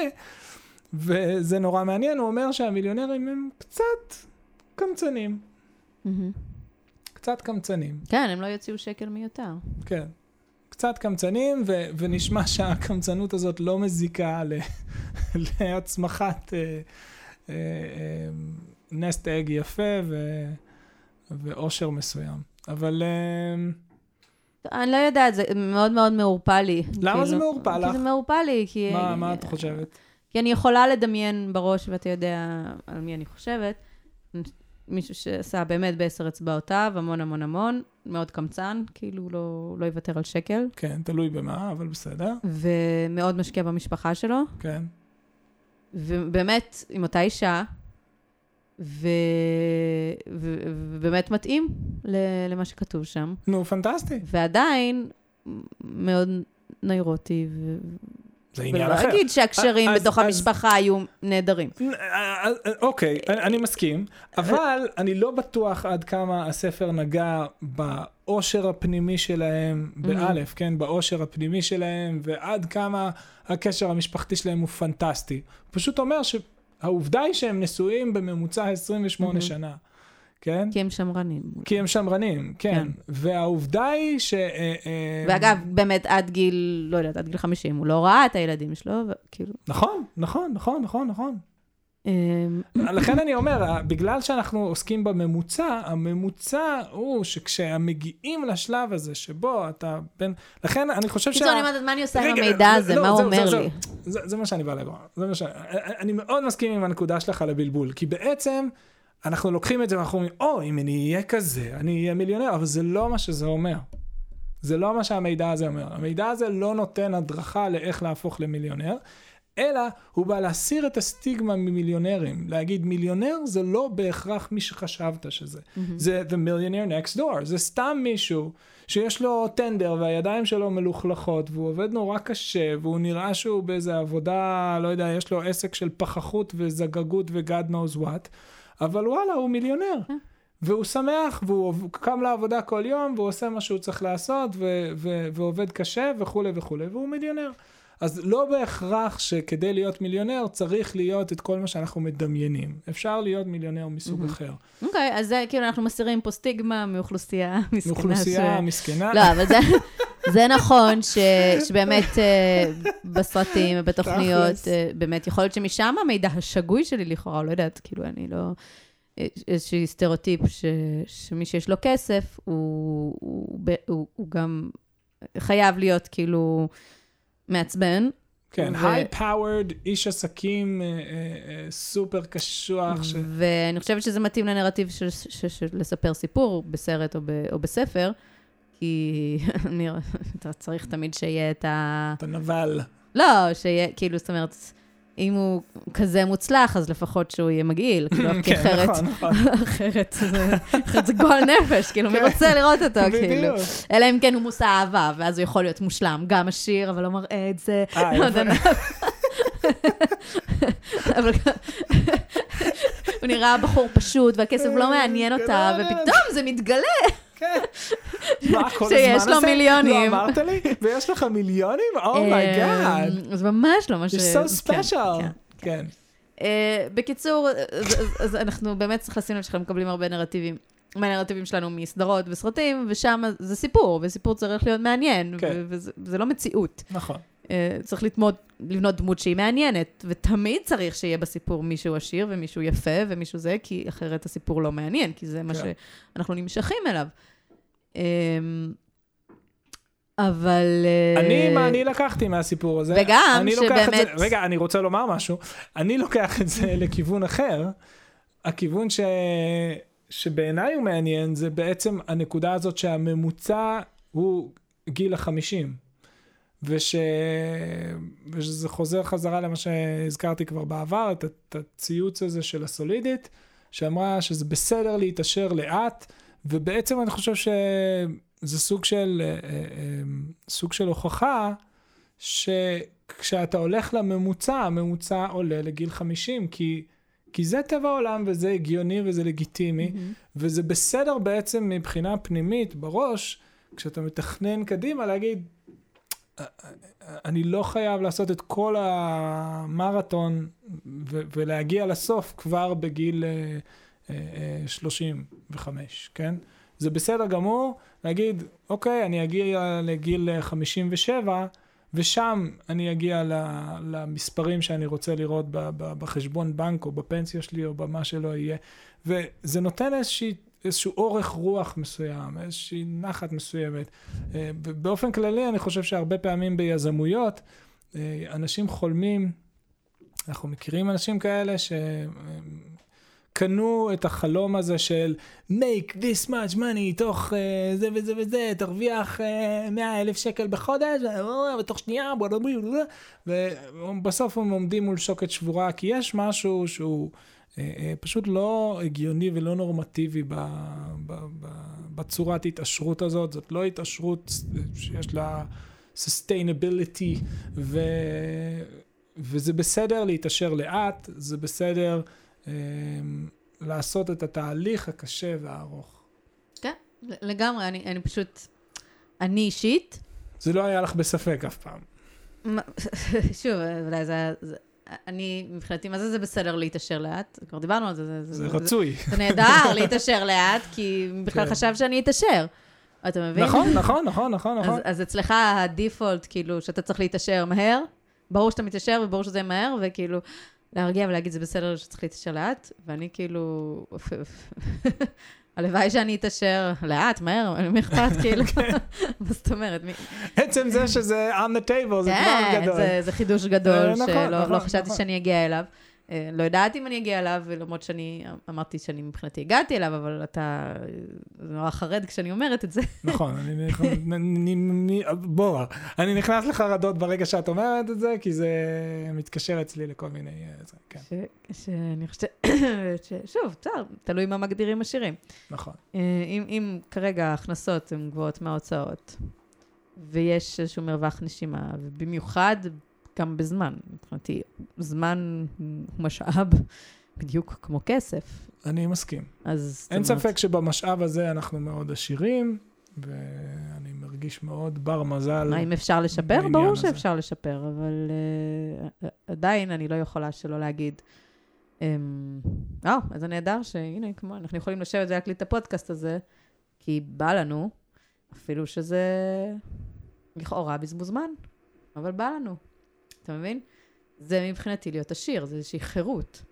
Speaker 1: וזה נורא מעניין, הוא אומר שהמיליונרים הם קצת קמצנים. קצת קמצנים.
Speaker 2: כן, הם לא יוציאו שקל מיותר.
Speaker 1: כן. קצת קמצנים, ונשמע שהקמצנות הזאת לא מזיקה להצמחת נסט אג יפה ואושר מסוים. אבל
Speaker 2: אני לא יודעת, זה מאוד מאוד מעורפה לי.
Speaker 1: למה זה מעורפה לך?
Speaker 2: כי זה מעורפה לי.
Speaker 1: מה את חושבת?
Speaker 2: כי אני יכולה לדמיין בראש, ואתה יודע על מי אני חושבת, מישהו שעשה באמת ב10 אצבעותיו, המון המון המון, מאוד קמצן, כאילו לא יוותר על שקל.
Speaker 1: כן, תלוי במה, אבל בסדר.
Speaker 2: ומאוד משקיע במשפחה שלו.
Speaker 1: כן.
Speaker 2: ובאמת, עם אותה אישה, ובאמת מתאים למה שכתוב שם.
Speaker 1: נו, פנטסטי.
Speaker 2: ועדיין, מאוד נוירוטי,
Speaker 1: זה עניין אחר.
Speaker 2: ולא אגיד שהקשרים בתוך המשפחה היו נהדרים.
Speaker 1: אוקיי, אני מסכים, אבל אני לא בטוח עד כמה הספר נגע באושר הפנימי שלהם, באלף, כן, באושר הפנימי שלהם, ועד כמה הקשר המשפחתי שלהם הוא פנטסטי. הוא פשוט אומר שהעובדה היא שהם נשואים בממוצע 28 שנה. כן?
Speaker 2: כי הם שמרנים.
Speaker 1: כי הם שמרנים, כן. והעובדה היא ש...
Speaker 2: ואגב, באמת עד גיל, לא יודעת, עד גיל 50, הוא לא ראה את הילדים שלו, וכאילו...
Speaker 1: נכון. לכן אני אומר, בגלל שאנחנו עוסקים בממוצע, הממוצע הוא שכשהם מגיעים לשלב הזה שבו אתה בין... לכן אני חושב
Speaker 2: קיצור, אני אומרת, מה אני עושה עם המידע הזה? מה הוא אומר לי?
Speaker 1: זה מה שאני בא לומר. אני מאוד מסכים עם הנקודה שלך על הבלבול, כי בעצם אנחנו לוקחים את זה ואנחנו אומרים, אם אני אהיה כזה, אני אהיה מיליונר, אבל זה לא מה שזה אומר. זה לא מה שהמידע הזה אומר. המידע הזה לא נותן הדרכה לאיך להפוך למיליונר, אלא הוא בא להסיר את הסטיגמה ממיליונרים. להגיד, מיליונר זה לא בהכרח מי שחשבת שזה. זה the millionaire next door. זה סתם מישהו שיש לו טנדר והידיים שלו מלוכלכות, והוא עובד נורא קשה, והוא נראה שהוא באיזה עבודה, לא יודע, יש לו עסק של פחחות וזגגות ו-God knows what, אבל וואלה, הוא מיליונר. והוא שמח, והוא קם לעבודה כל יום, והוא עושה מה שהוא צריך לעשות, ועובד קשה וכו' וכו', והוא מיליונר. אז לא בהכרח שכדי להיות מיליונר צריך להיות את כל מה שאנחנו מדמיינים. אפשר להיות מיליונר מסוג אחר.
Speaker 2: אוקיי, אז זה כאילו אנחנו מסירים פה סטיגמה מאוכלוסייה מסכנה.
Speaker 1: מאוכלוסייה מסכנה.
Speaker 2: לא, אבל זה נכון שבאמת בסרטים ובתוכניות, באמת יכול להיות שמשם המידע השגוי שלי לכאורה, לא יודעת, כאילו אני לא... איזשהו סטריאוטיפ שמי שיש לו כסף, הוא גם חייב להיות כאילו... מעצבן.
Speaker 1: כן, high-powered, איש עסקים סופר קשוח.
Speaker 2: ואני חושבת שזה מתאים לנרטיב של לספר סיפור בסרט או בספר, כי אתה צריך תמיד שיהיה את
Speaker 1: את הנבל.
Speaker 2: לא, שיהיה, כאילו, זאת אומרת, אם הוא כזה מוצלח, אז לפחות שהוא יהיה מגעיל. כי אחרת זה גועל נפש, כאילו, מי רוצה לראות אותו, כאילו. אלא אם כן הוא מושא אהבה, ואז הוא יכול להיות מושלם, גם עשיר, אבל לא מראה את זה. לא יודע. אבל הוא נראה בחור פשוט, והכסף לא מעניין אותה, ופתאום זה מתגלה. שיש לו מיליונים.
Speaker 1: לא אמרת לי? ויש לך מיליונים? אומייגאד.
Speaker 2: אז ממש לא משהו...
Speaker 1: You're so special. כן.
Speaker 2: בקיצור, אז אנחנו באמת צריך לשים לב שאנחנו מקבלים הרבה נרטיבים. מהנרטיבים שלנו מסדרות וסרטים, ושם זה סיפור, וסיפור צריך להיות מעניין, וזה לא מציאות.
Speaker 1: נכון.
Speaker 2: צריך לבנות דמות שהיא מעניינת, ותמיד צריך שיהיה בסיפור מישהו עשיר, ומישהו יפה, ומישהו זה, כי אחרת הסיפור לא מעניין, כי זה מה שאנחנו נמשכים אליו. אבל...
Speaker 1: אני לקחתי מהסיפור הזה.
Speaker 2: וגם שבאמת...
Speaker 1: רגע, אני רוצה לומר משהו. אני לוקח את זה לכיוון אחר. הכיוון שבעיניי הוא מעניין, זה בעצם הנקודה הזאת שהממוצע הוא גיל 50. ושזה חוזר חזרה למה שהזכרתי כבר בעבר, את הציוץ הזה של הסולידית, שאמרה שזה בסדר להתאשר לאט, ובעצם אני חושב שזה סוג של הוכחה, שכשאתה הולך לממוצע, הממוצע עולה לגיל 50, כי זה טבע העולם, וזה הגיוני וזה לגיטימי, וזה בסדר בעצם מבחינה פנימית בראש, כשאתה מתכנן קדימה להגיד, אני לא חייב לעשות את כל המרתון ולהגיע לסוף כבר בגיל 35, כן? זה בסדר גמור להגיד, אוקיי, אני אגיע לגיל 57, ושם אני אגיע למספרים שאני רוצה לראות בחשבון בנק או בפנסיה שלי או במה שלא יהיה. וזה נותן איזשהו אורך רוח מסוים, איזושהי נחת מסוימת. באופן כללי אני חושב שהרבה פעמים ביזמויות, אנשים חולמים, אנחנו מכירים אנשים כאלה שקנו את החלום הזה של make this much money תוך זה וזה וזה, תרוויח 100,000 שקל בחודש, ותוך שנייה, ובסוף הם עומדים מול שוקת שבורה, כי יש משהו שהוא פשוט לא הגיוני ולא נורמטיבי בצורת התעשרות הזאת. זאת לא התעשרות שיש לה sustainability, וזה בסדר להתעשר לאט, זה בסדר לעשות את התהליך הקשה והארוך. כן,
Speaker 2: לגמרי, אני פשוט, אני אישית.
Speaker 1: זה לא היה לך בספק אף פעם.
Speaker 2: שוב, אולי זה... אני, מבחינתי, מה זה בסדר להתאשר לאט? כבר דיברנו על זה.
Speaker 1: זה רצוי.
Speaker 2: זה נהדר להתאשר לאט, כי בכלל חשב שאני אתאשר. אתה מבין?
Speaker 1: נכון.
Speaker 2: אז אצלך הדיפולט, כאילו, שאתה צריך להתאשר מהר, ברור שאתה מתאשר וברור שזה מהר, וכאילו, להרגיע ולהגיד, זה בסדר שצריך להתאשר לאט, ואני כאילו, הלוואי שאני אתאשר לאט, מהר, אני אכפת, כאילו, מה זאת אומרת?
Speaker 1: עצם זה שזה on the table, זה כבר גדול.
Speaker 2: זה חידוש גדול, שלא חשבתי שאני אגיע אליו. לא יודעת אם אני אגיע אליו, למרות שאני אמרתי שאני מבחינתי הגעתי אליו, אבל אתה נורא חרד כשאני אומרת את זה.
Speaker 1: נכון, אני נכנס לחרדות ברגע שאת אומרת את זה, כי זה מתקשר אצלי לכל מיני...
Speaker 2: שאני חושבת, שוב, תלוי מה מגדירים עשירים.
Speaker 1: נכון.
Speaker 2: אם כרגע ההכנסות הן גבוהות מההוצאות, ויש איזשהו מרווח נשימה, ובמיוחד גם בזמן, מבחינתי, זמן הוא משאב בדיוק כמו כסף.
Speaker 1: אני מסכים. אין ספק שבמשאב הזה אנחנו מאוד עשירים, ואני מרגיש מאוד בר מזל.
Speaker 2: האם אפשר לשפר? ברור שאפשר לשפר, אבל עדיין אני לא יכולה שלא להגיד, אז הנהדר שהנה, כמו, אנחנו יכולים לשבת ולהקליט את הפודקאסט הזה, כי בא לנו, אפילו שזה לכאורה בזבוז זמן, אבל בא לנו. אתה מבין? זה מבחינתי להיות עשיר, זה איזושהי חירות.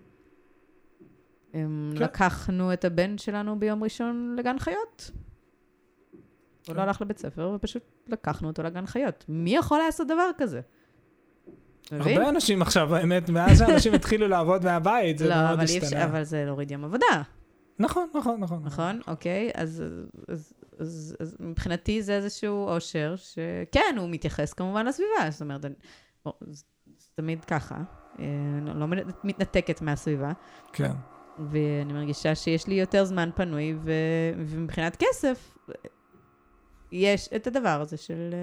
Speaker 2: לקחנו את הבן שלנו ביום ראשון לגן חיות. הוא לא הלך לבית ספר, ופשוט לקחנו אותו לגן חיות. מי יכול לעשות דבר כזה?
Speaker 1: הרבה אנשים עכשיו, האמת, מאז שאנשים התחילו לעבוד מהבית, זה מאוד השתנה.
Speaker 2: לא, אבל זה להוריד יום עבודה.
Speaker 1: נכון.
Speaker 2: נכון, אוקיי, אז מבחינתי זה איזשהו עושר, שכן, הוא מתייחס כמובן לסביבה, זאת אומרת, זה תמיד ככה, לא מתנתקת מהסביבה.
Speaker 1: כן.
Speaker 2: ואני מרגישה שיש לי יותר זמן פנוי, ומבחינת כסף, יש את הדבר הזה של...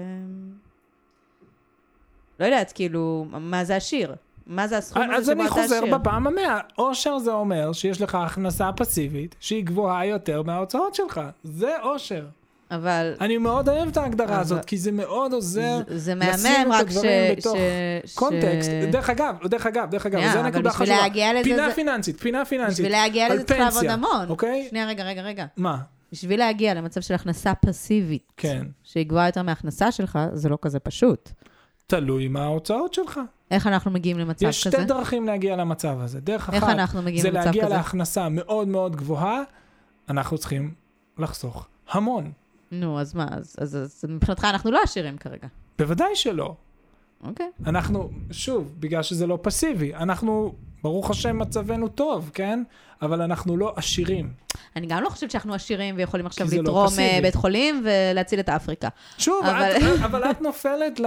Speaker 2: לא יודעת, כאילו, מה זה עשיר? מה זה הסכום הזה שבו אתה עשיר?
Speaker 1: אז אני חוזר בפעם המאה. עושר זה אומר שיש לך הכנסה פסיבית, שהיא גבוהה יותר מההוצאות שלך. זה עושר.
Speaker 2: אבל...
Speaker 1: אני מאוד אוהב את ההגדרה הזאת, כי זה מאוד עוזר
Speaker 2: לשים את הדברים
Speaker 1: בתוך קונטקסט. דרך אגב, זה נקודה חשובה. פינה פיננסית.
Speaker 2: בשביל להגיע לזה צריך לעבוד המון.
Speaker 1: אוקיי?
Speaker 2: שנייה, רגע.
Speaker 1: מה?
Speaker 2: בשביל להגיע למצב של הכנסה פסיבית,
Speaker 1: כן.
Speaker 2: שהיא גבוהה יותר מההכנסה שלך, זה לא כזה פשוט.
Speaker 1: תלוי מה ההוצאות שלך.
Speaker 2: איך אנחנו מגיעים למצב כזה?
Speaker 1: יש שתי דרכים להגיע למצב הזה. דרך אחת,
Speaker 2: זה
Speaker 1: להגיע להכנסה מאוד מאוד גבוהה, אנחנו צריכים לחסוך המון.
Speaker 2: נו, אז מה? אז מבחינתך אנחנו לא עשירים כרגע.
Speaker 1: בוודאי שלא.
Speaker 2: אוקיי.
Speaker 1: אנחנו, שוב, בגלל שזה לא פסיבי, אנחנו, ברוך השם, מצבנו טוב, כן? אבל אנחנו לא עשירים.
Speaker 2: אני גם לא חושבת שאנחנו עשירים ויכולים עכשיו לתרום בית חולים ולהציל את אפריקה.
Speaker 1: שוב, אבל את נופלת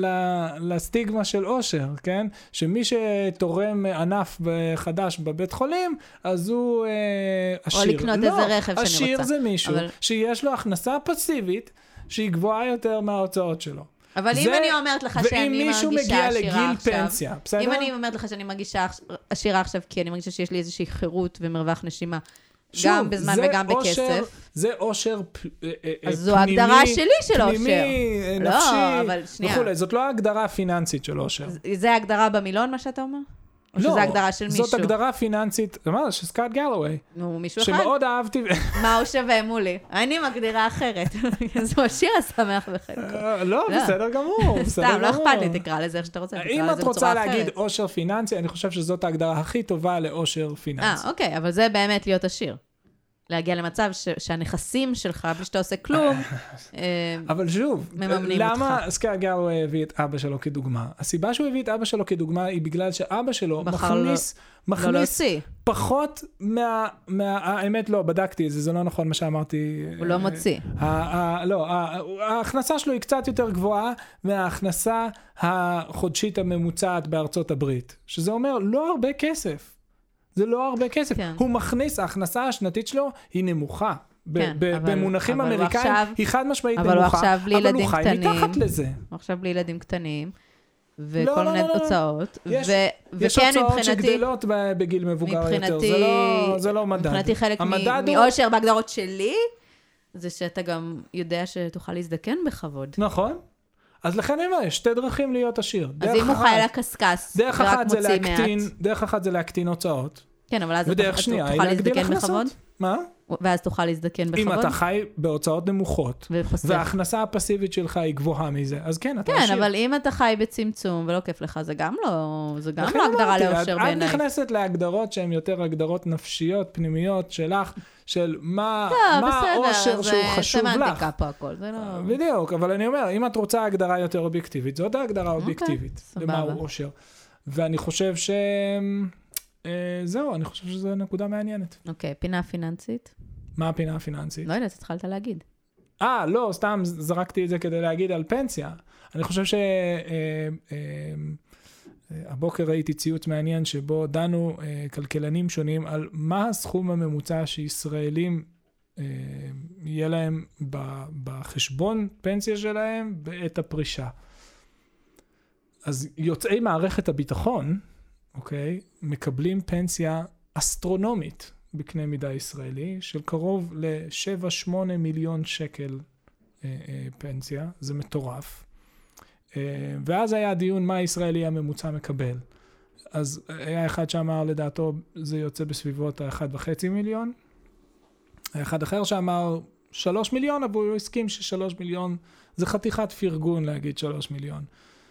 Speaker 1: לסטיגמה של עושר, כן? שמי שתורם ענף חדש בבית חולים, אז הוא עשיר.
Speaker 2: או לקנות איזה רכב שאני רוצה.
Speaker 1: עשיר זה מישהו שיש לו הכנסה פסיבית שהיא גבוהה יותר מההוצאות שלו.
Speaker 2: אבל אם אני אומרת לך שאני מרגישה עשירה
Speaker 1: פנסיה, בסדר?
Speaker 2: אם אני אומרת לך שאני מרגישה עשירה עכשיו, כי אני מרגישה שיש לי איזושהי חירות ומרווח נשימה, גם בזמן וגם בכסף.
Speaker 1: זה עושר פנימי,
Speaker 2: אז זו ההגדרה שלי של עושר.
Speaker 1: פנימי, נפשי, וכולי. זאת לא ההגדרה הפיננסית של עושר.
Speaker 2: זה ההגדרה במילון, מה שאתה אומר? או שזו הגדרה של מישהו?
Speaker 1: זאת הגדרה פיננסית, אמרת, של סקוט גלווי.
Speaker 2: נו, מישהו אחד.
Speaker 1: שמאוד אהבתי.
Speaker 2: מה הוא שווה מולי? אני מגדירה אחרת. זו השיר השמח בחלקו.
Speaker 1: לא, בסדר גמור.
Speaker 2: סתם, לא אכפת לי, תקרא לזה איך שאתה רוצה.
Speaker 1: אם את רוצה להגיד עושר פיננסי, אני חושב שזאת ההגדרה הכי טובה לעושר פיננסי.
Speaker 2: אוקיי, אבל זה באמת להיות עשיר. להגיע למצב שהנכסים שלך, בלי שאתה עושה כלום,
Speaker 1: אבל שוב, למה סקוט גלווי הביא את אבא שלו כדוגמה? הסיבה שהוא הביא את אבא שלו כדוגמה היא בגלל שאבא שלו מכניס פחות האמת לא, בדקתי את זה, זה לא נכון מה שאמרתי.
Speaker 2: הוא לא מוציא.
Speaker 1: לא, ההכנסה שלו היא קצת יותר גבוהה מההכנסה החודשית הממוצעת בארצות הברית, שזה אומר לא הרבה כסף. זה לא הרבה כסף. כן. הוא מכניס, ההכנסה השנתית שלו היא נמוכה.
Speaker 2: כן,
Speaker 1: במונחים אמריקאים היא חד משמעית
Speaker 2: נמוכה. אבל הוא עכשיו בלי ילדים קטנים.
Speaker 1: אבל הוא חי מתחת לזה.
Speaker 2: הוא עכשיו בלי ילדים קטנים, וכל מיני הוצאות.
Speaker 1: יש הוצאות שגדלות בגיל מבוגר יותר. זה לא מדד.
Speaker 2: מבחינתי חלק מאושר בהגדרות שלי, זה שאתה גם יודע שתוכל להזדקן בכבוד.
Speaker 1: נכון. אז לכן יש שתי דרכים להיות עשיר.
Speaker 2: אז אם הוא חי על הקסקס, ורק מוציא מעט.
Speaker 1: דרך אחת זה להקטין הוצאות.
Speaker 2: כן, אבל אז
Speaker 1: ודרך שנייה, היא
Speaker 2: תוכל
Speaker 1: להגדיל
Speaker 2: להזדקן
Speaker 1: הכנסות.
Speaker 2: בכבוד?
Speaker 1: מה?
Speaker 2: ואז תוכל להזדקן בכבוד?
Speaker 1: אם אתה חי בהוצאות נמוכות,
Speaker 2: וחוסך.
Speaker 1: וההכנסה הפסיבית שלך היא גבוהה מזה, אז כן, אתה עשיר.
Speaker 2: כן, אבל אם אתה חי בצמצום ולא כיף לך, זה גם לא הגדרה לאושר בעיניי.
Speaker 1: את נכנסת להגדרות שהן יותר הגדרות נפשיות, פנימיות שלך, של מה האושר שהוא חשוב לך.
Speaker 2: סמנטיקה פה הכל, זה לא...
Speaker 1: בדיוק, אבל אני אומר, אם את רוצה הגדרה יותר אובייקטיבית, זאת ההגדרה האובייקטיבית. למה הוא אושר. ואני חושב זהו, אני חושב שזו נקודה מעניינת.
Speaker 2: אוקיי, פינה פיננסית?
Speaker 1: מה הפינה הפיננסית?
Speaker 2: לא יודעת, התחלת להגיד.
Speaker 1: לא, סתם זרקתי את זה כדי להגיד על פנסיה. אני חושב הבוקר ראיתי ציוץ מעניין שבו דנו כלכלנים שונים על מה הסכום הממוצע שישראלים יהיה להם בחשבון פנסיה שלהם בעת הפרישה. אז יוצאי מערכת הביטחון, אוקיי, מקבלים פנסיה אסטרונומית בקנה מידה ישראלי, של קרוב ל-7-8 מיליון שקל פנסיה, זה מטורף. ואז היה דיון מה הישראלי הממוצע מקבל. אז היה אחד שאמר לדעתו זה יוצא בסביבות ה-1.5 מיליון, היה אחד אחר שאמר 3 מיליון, אבל הוא הסכים ש3 מיליון זה חתיכת פרגון להגיד 3 מיליון.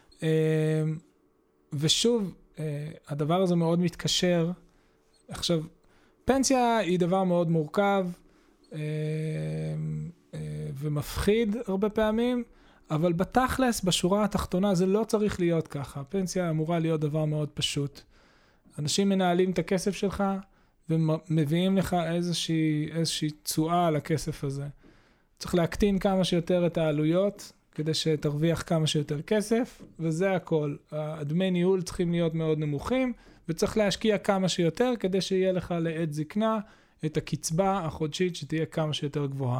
Speaker 1: ושוב, הדבר הזה מאוד מתקשר. עכשיו, פנסיה היא דבר מאוד מורכב ומפחיד הרבה פעמים, אבל בתכלס, בשורה התחתונה, זה לא צריך להיות ככה. פנסיה אמורה להיות דבר מאוד פשוט. אנשים מנהלים את הכסף שלך, ומביאים לך איזושהי תשואה על הכסף הזה. צריך להקטין כמה שיותר את העלויות, כדי שתרוויח כמה שיותר כסף, וזה הכל. הדמי ניהול צריכים להיות מאוד נמוכים, וצריך להשקיע כמה שיותר, כדי שיהיה לך לעת זקנה, את הקצבה החודשית שתהיה כמה שיותר גבוהה.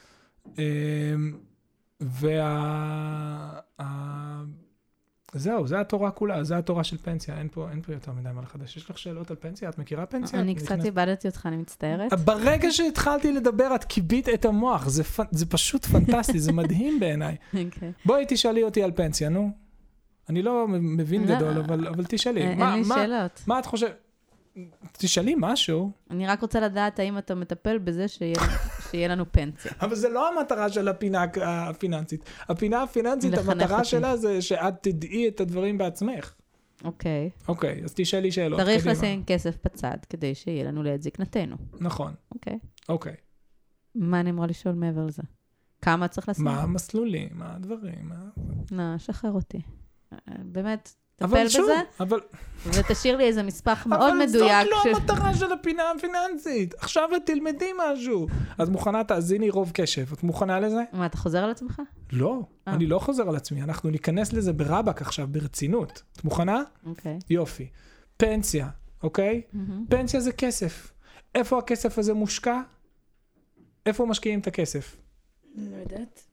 Speaker 1: זהו, זה התורה כולה, זה התורה של פנסיה, אין פה יותר מדי מה לחדש. יש לך שאלות על פנסיה? את מכירה פנסיה?
Speaker 2: אני קצת איבדתי אותך, אני מצטערת.
Speaker 1: ברגע שהתחלתי לדבר, את קיבית את המוח, זה פשוט פנטסטי, זה מדהים בעיניי. בואי תשאלי אותי על פנסיה, נו. אני לא מבין גדול, אבל תשאלי.
Speaker 2: אין לי שאלות.
Speaker 1: מה את חושבת? תשאלי משהו.
Speaker 2: אני רק רוצה לדעת האם אתה מטפל בזה שיהיה לנו פנסיה.
Speaker 1: אבל זה לא המטרה של הפינה הפיננסית. הפינה הפיננסית, המטרה שלה זה שאת תדעי את הדברים בעצמך.
Speaker 2: אוקיי.
Speaker 1: אוקיי, אז תשאלי שאלות.
Speaker 2: צריך לשים כסף בצד כדי שיהיה לנו לעת זקנתנו.
Speaker 1: נכון. אוקיי.
Speaker 2: מה אני אמורה לשאול מעבר לזה? כמה צריך לשים?
Speaker 1: מה המסלולים, מה הדברים?
Speaker 2: שחרר אותי. באמת... תטפל בזה, ותשאיר לי איזה מספח מאוד מדויק.
Speaker 1: אבל זאת לא המטרה של הפינה הפיננסית. עכשיו את תלמדי משהו. את מוכנה, תאזיני רוב קשב. את מוכנה לזה?
Speaker 2: מה, אתה חוזר על עצמך?
Speaker 1: לא, אני לא חוזר על עצמי. אנחנו ניכנס לזה ברבק עכשיו, ברצינות. את מוכנה?
Speaker 2: אוקיי.
Speaker 1: יופי. פנסיה, אוקיי? פנסיה זה כסף. איפה הכסף הזה מושקע? איפה משקיעים את הכסף?
Speaker 2: לא יודעת.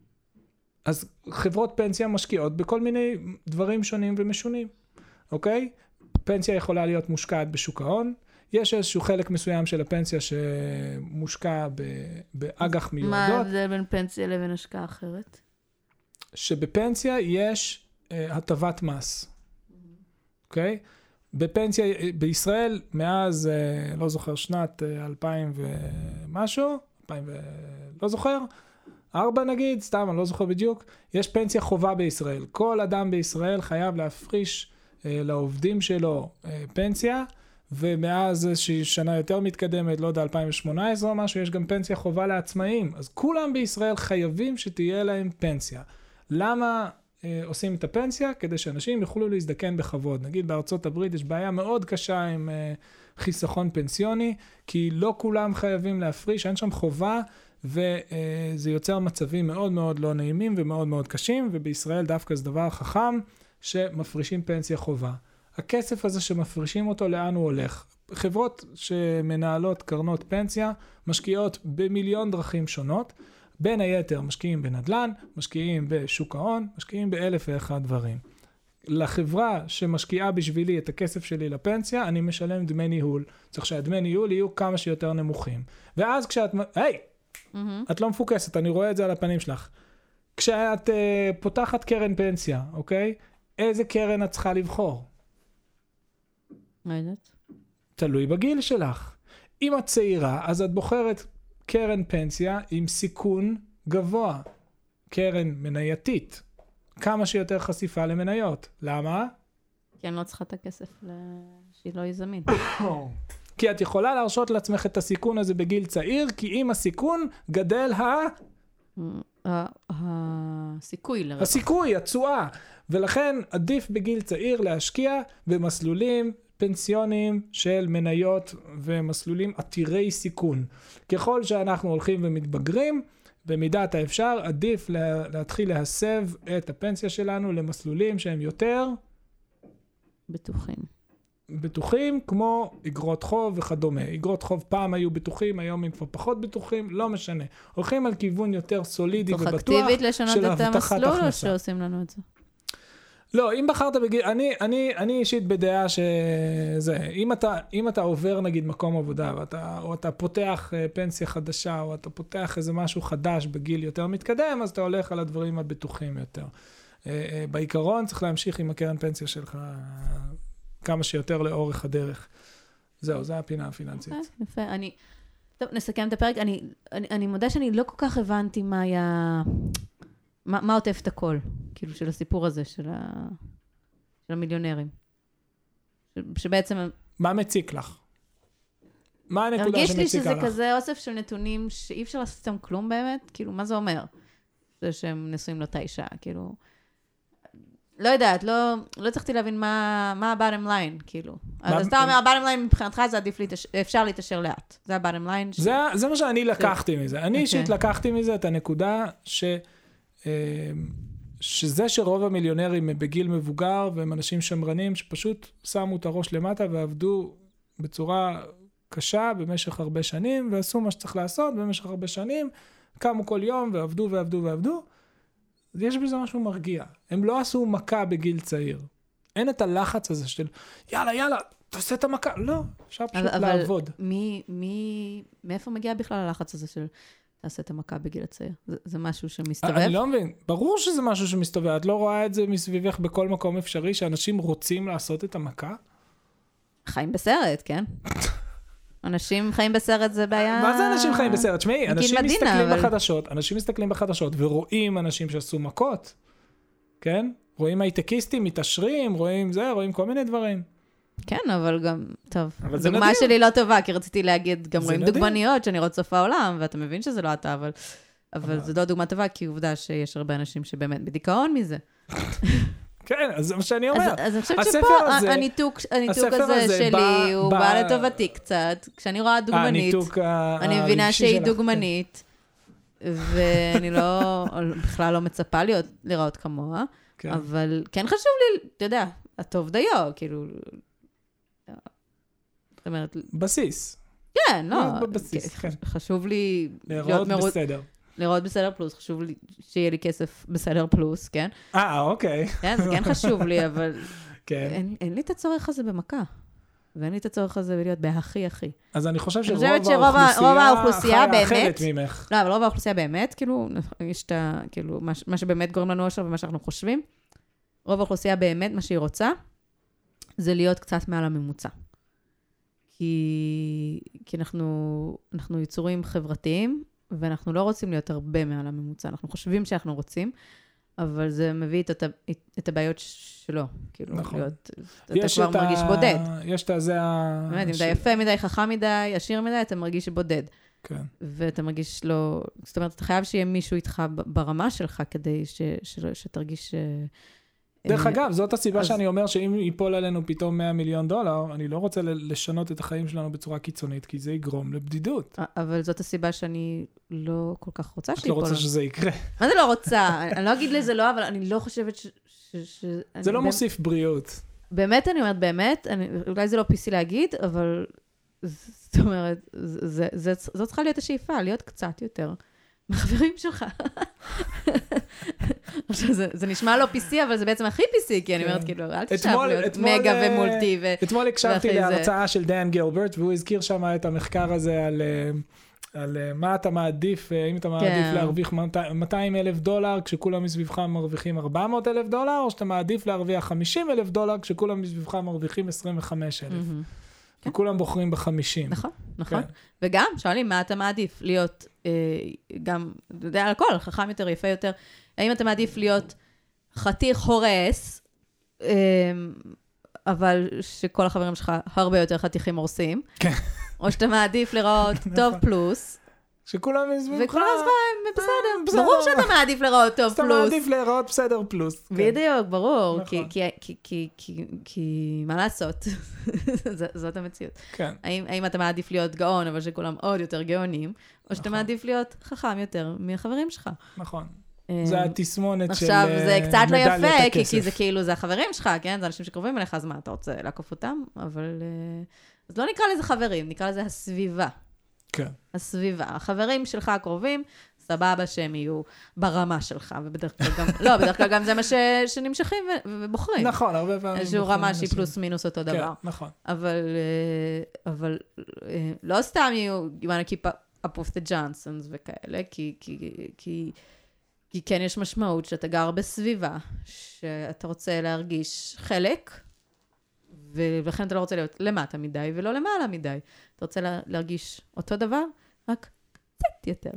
Speaker 1: אז חברות פנסיה משקיעות בכל מיני דברים שונים ומשונים, אוקיי? פנסיה יכולה להיות מושקעת בשוק ההון, יש איזשהו חלק מסוים של הפנסיה שמושקע באג"ח מיועדות.
Speaker 2: מה ההבדל בין פנסיה לבין השקעה אחרת?
Speaker 1: שבפנסיה יש הטבת מס, אוקיי? בפנסיה, בישראל, מאז, לא זוכר, שנת 2000 ומשהו, לא זוכר, 4 נגיד, סתם, אני לא זוכר בדיוק, יש פנסיה חובה בישראל. כל אדם בישראל חייב להפריש לעובדים שלו פנסיה, ומאז איזושהי שנה יותר מתקדמת, לא יודע, 2018 או משהו, יש גם פנסיה חובה לעצמאים. אז כולם בישראל חייבים שתהיה להם פנסיה. למה עושים את הפנסיה? כדי שאנשים יוכלו להזדקן בכבוד. נגיד בארצות הברית יש בעיה מאוד קשה עם חיסכון פנסיוני, כי לא כולם חייבים להפריש, אין שם חובה, וזה יוצר מצבים מאוד מאוד לא נעימים ומאוד מאוד קשים, ובישראל דווקא זה דבר חכם שמפרישים פנסיה חובה. הכסף הזה שמפרישים אותו, לאן הוא הולך? חברות שמנהלות קרנות פנסיה משקיעות במיליון דרכים שונות, בין היתר משקיעים בנדלן, משקיעים בשוק ההון, משקיעים ב1,001 דברים. לחברה שמשקיעה בשבילי את הכסף שלי לפנסיה, אני משלם דמי ניהול. צריך שהדמי ניהול יהיו כמה שיותר נמוכים. ואז כשאת... היי! את לא מפוקסת, אני רואה את זה על הפנים שלך. כשאת פותחת קרן פנסיה, אוקיי? איזה קרן את צריכה לבחור?
Speaker 2: לא יודעת.
Speaker 1: תלוי בגיל שלך. אם את צעירה, אז את בוחרת קרן פנסיה עם סיכון גבוה. קרן מנייתית. כמה שיותר חשיפה למניות. למה?
Speaker 2: כי אני לא צריכה את הכסף שהיא לא יזמין.
Speaker 1: כי את יכולה להרשות לעצמך את הסיכון הזה בגיל צעיר, כי אם הסיכון גדל
Speaker 2: הסיכוי לרווח.
Speaker 1: הסיכוי, התשואה. ולכן עדיף בגיל צעיר להשקיע במסלולים פנסיוניים של מניות ומסלולים עתירי סיכון. ככל שאנחנו הולכים ומתבגרים, במידת האפשר, עדיף להתחיל להסב את הפנסיה שלנו למסלולים שהם יותר בטוחים, כמו אגרות חוב וכדומה. אגרות חוב פעם היו בטוחים, היום הם כבר פחות בטוחים, לא משנה. הולכים על כיוון יותר סולידי ובטוח של הבטחת הכנסה.
Speaker 2: אקטיבית לשנות את המסלול או שעושים לנו את זה?
Speaker 1: לא, אם בחרת בגיל, אני אישית בדעה שזה, אם אתה עובר נגיד מקום עבודה, או אתה פותח פנסיה חדשה, או אתה פותח איזה משהו חדש בגיל יותר מתקדם, אז אתה הולך על הדברים הבטוחים יותר. בעיקרון צריך להמשיך עם הקרן פנסיה שלך כמה שיותר לאורך הדרך. זהו, זה הפינה הפיננסית.
Speaker 2: יפה, טוב, נסכם את הפרק. אני מודה שאני לא כל כך הבנתי מה היה, מה עוטף את הכל, כאילו של הסיפור הזה, של המיליונרים. שבעצם...
Speaker 1: מה מציק לך? מה הנקודה שמציקה לך?
Speaker 2: הרגיש לי שזה כזה אוסף של נתונים שאי אפשר לעשות אותם כלום באמת, כאילו, מה זה אומר? זה שהם נשואים לאותה אישה, כאילו... לא יודעת, לא צריכתי להבין מה ה-bottom line, כאילו. אז אתה אומר, ה-bottom line מבחינתך זה עדיף אפשר להתאשר לאט. זה ה-bottom line.
Speaker 1: זה מה שאני לקחתי מזה. אני אישית לקחתי מזה את הנקודה שזה שרוב המיליונרים הם בגיל מבוגר, והם אנשים שמרנים שפשוט שמו את הראש למטה ועבדו בצורה קשה במשך הרבה שנים, ועשו מה שצריך לעשות במשך הרבה שנים, קמו כל יום ועבדו ועבדו ועבדו. יש בזה משהו מרגיע. הם לא עשו מכה בגיל צעיר. אין את הלחץ הזה של, יאללה, תעשה את המכה. לא, אפשר פשוט לעבוד.
Speaker 2: אבל מאיפה מגיע בכלל הלחץ הזה של תעשה את המכה בגיל הצעיר? זה משהו שמסתובב?
Speaker 1: אני לא מבין. ברור שזה משהו שמסתובב. את לא רואה את זה מסביבך בכל מקום אפשרי, שאנשים רוצים לעשות את המכה?
Speaker 2: חיים בסרט, כן? אנשים חיים בסרט זה בעיה...
Speaker 1: מה זה אנשים חיים בסרט? שמעי, אנשים מסתכלים בחדשות ורואים אנשים שעשו מכות, כן? רואים הייטקיסטים, מתעשרים, רואים כל מיני דברים.
Speaker 2: כן, אבל גם, טוב, דוגמה שלי לא טובה, כי רציתי להגיד, גם רואים דוגמניות שנראות סוף העולם, ואתה מבין שזה לא אתה, אבל זה לא דוגמה טובה, כי עובדה שיש הרבה אנשים שבאמת בדיכאון מזה.
Speaker 1: כן, אז זה מה שאני אומר.
Speaker 2: אז אני חושבת שפה הניתוק הזה שלי, הוא בא לטובתי קצת. כשאני רואה דוגמנית, אני מבינה שהיא דוגמנית, ואני בכלל לא מצפה לראות כמוה, אבל כן חשוב לי, אתה יודע, הטוב דיו, כאילו, זאת אומרת...
Speaker 1: בסיס.
Speaker 2: כן, לא. חשוב לי...
Speaker 1: לראות בסדר.
Speaker 2: לראות בסדר פלוס, חשוב לי שיהיה לי כסף בסדר פלוס, כן?
Speaker 1: אוקיי.
Speaker 2: כן, זה כן חשוב לי, אבל אין לי את הצורך הזה במכה. ואין לי את הצורך הזה להיות בהכי.
Speaker 1: אז אני חושב
Speaker 2: שרוב האוכלוסייה
Speaker 1: חיה אחרת ממך.
Speaker 2: לא, אבל רוב האוכלוסייה באמת, כאילו, יש את ה... כאילו, מה שבאמת גורם לנו עכשיו ומה שאנחנו חושבים, רוב האוכלוסייה באמת, מה שהיא רוצה, זה להיות קצת מעל הממוצע. כי אנחנו יצורים חברתיים, ואנחנו לא רוצים להיות הרבה מעל הממוצע. אנחנו חושבים שאנחנו רוצים, אבל זה מביא את הבעיות שלו. כאילו, להיות, אתה כבר מרגיש בודד.
Speaker 1: יש את הזה...
Speaker 2: באמת, אם אתה יפה מדי, חכם מדי, עשיר מדי, אתה מרגיש בודד.
Speaker 1: כן.
Speaker 2: ואתה מרגיש לא... זאת אומרת, אתה חייב שיהיה מישהו איתך ברמה שלך, כדי שתרגיש...
Speaker 1: דרך אגב, זאת הסיבה שאני אומר שאם ייפול עלינו פתאום $100 מיליון, אני לא רוצה לשנות את החיים שלנו בצורה קיצונית, כי זה יגרום לבדידות.
Speaker 2: אבל זאת הסיבה שאני לא כל כך רוצה שיפול.
Speaker 1: את לא רוצה שזה יקרה.
Speaker 2: מה זה לא רוצה? אני לא אגיד לזה לא, אבל אני לא חושבת
Speaker 1: זה לא מוסיף בריאות.
Speaker 2: באמת, אני אומרת, באמת, אולי זה לא PC להגיד, אבל זאת אומרת, זאת צריכה להיות השאיפה, להיות קצת יותר. מהחברים שלך. זה נשמע לא PC, אבל זה בעצם הכי PC, כי אני אומרת, כאילו, אל תשאב להיות מגה ומולטי.
Speaker 1: אתמול הקשבתי להרצאה של דן גילברט, והוא הזכיר שם את המחקר הזה על מה אתה מעדיף, אם אתה מעדיף להרוויח $200,000 כשכולם מסביבך מרוויחים $400,000, או שאתה מעדיף להרוויח $50,000 כשכולם מסביבך מרוויחים $25,000. וכולם בוחרים ב-50.
Speaker 2: נכון, נכון. וגם, שואלים, מה אתה מעדיף? להיות, גם, אתה יודע, על הכל, חכם יותר, יפה יותר. האם אתה מעדיף להיות חתיך הורס, אבל שכל החברים שלך הרבה יותר חתיכים הורסים, או שאתה מעדיף לראות טוב פלוס,
Speaker 1: שכולם מסביבך.
Speaker 2: וכולם מסביבם, בסדר. ברור שאתה מעדיף לראות טוב פלוס.
Speaker 1: אתה מעדיף לראות בסדר פלוס.
Speaker 2: בדיוק, ברור. כי מה לעשות? זאת המציאות.
Speaker 1: כן.
Speaker 2: האם אתה מעדיף להיות גאון, אבל שכולם עוד יותר גאונים, או שאתה מעדיף להיות חכם יותר מהחברים שלך.
Speaker 1: נכון. זה התסמונת של
Speaker 2: עכשיו, זה קצת לא
Speaker 1: מדליית
Speaker 2: יפה,
Speaker 1: הכסף.
Speaker 2: כי זה כאילו, זה החברים שלך, כן? זה אנשים שקרובים אליך, אז מה, אתה רוצה לעקוף אותם? אבל... אז לא נקרא לזה חברים, נקרא לזה הסביבה.
Speaker 1: כן.
Speaker 2: הסביבה. החברים שלך הקרובים, סבבה שהם יהיו ברמה שלך, ובדרך כלל גם... לא, בדרך כלל גם זה מה שנמשכים ובוחרים.
Speaker 1: נכון, הרבה פעמים.
Speaker 2: איזשהו רמה שהיא פלוס מינוס אותו דבר.
Speaker 1: כן, נכון.
Speaker 2: אבל לא סתם you want to keep up with the Johnsons וכאלה, כי כן יש משמעות שאתה גר בסביבה, שאתה רוצה להרגיש חלק, ולכן אתה לא רוצה להיות למטה מדי ולא למעלה מדי. אתה רוצה להרגיש אותו דבר, רק קצת יותר.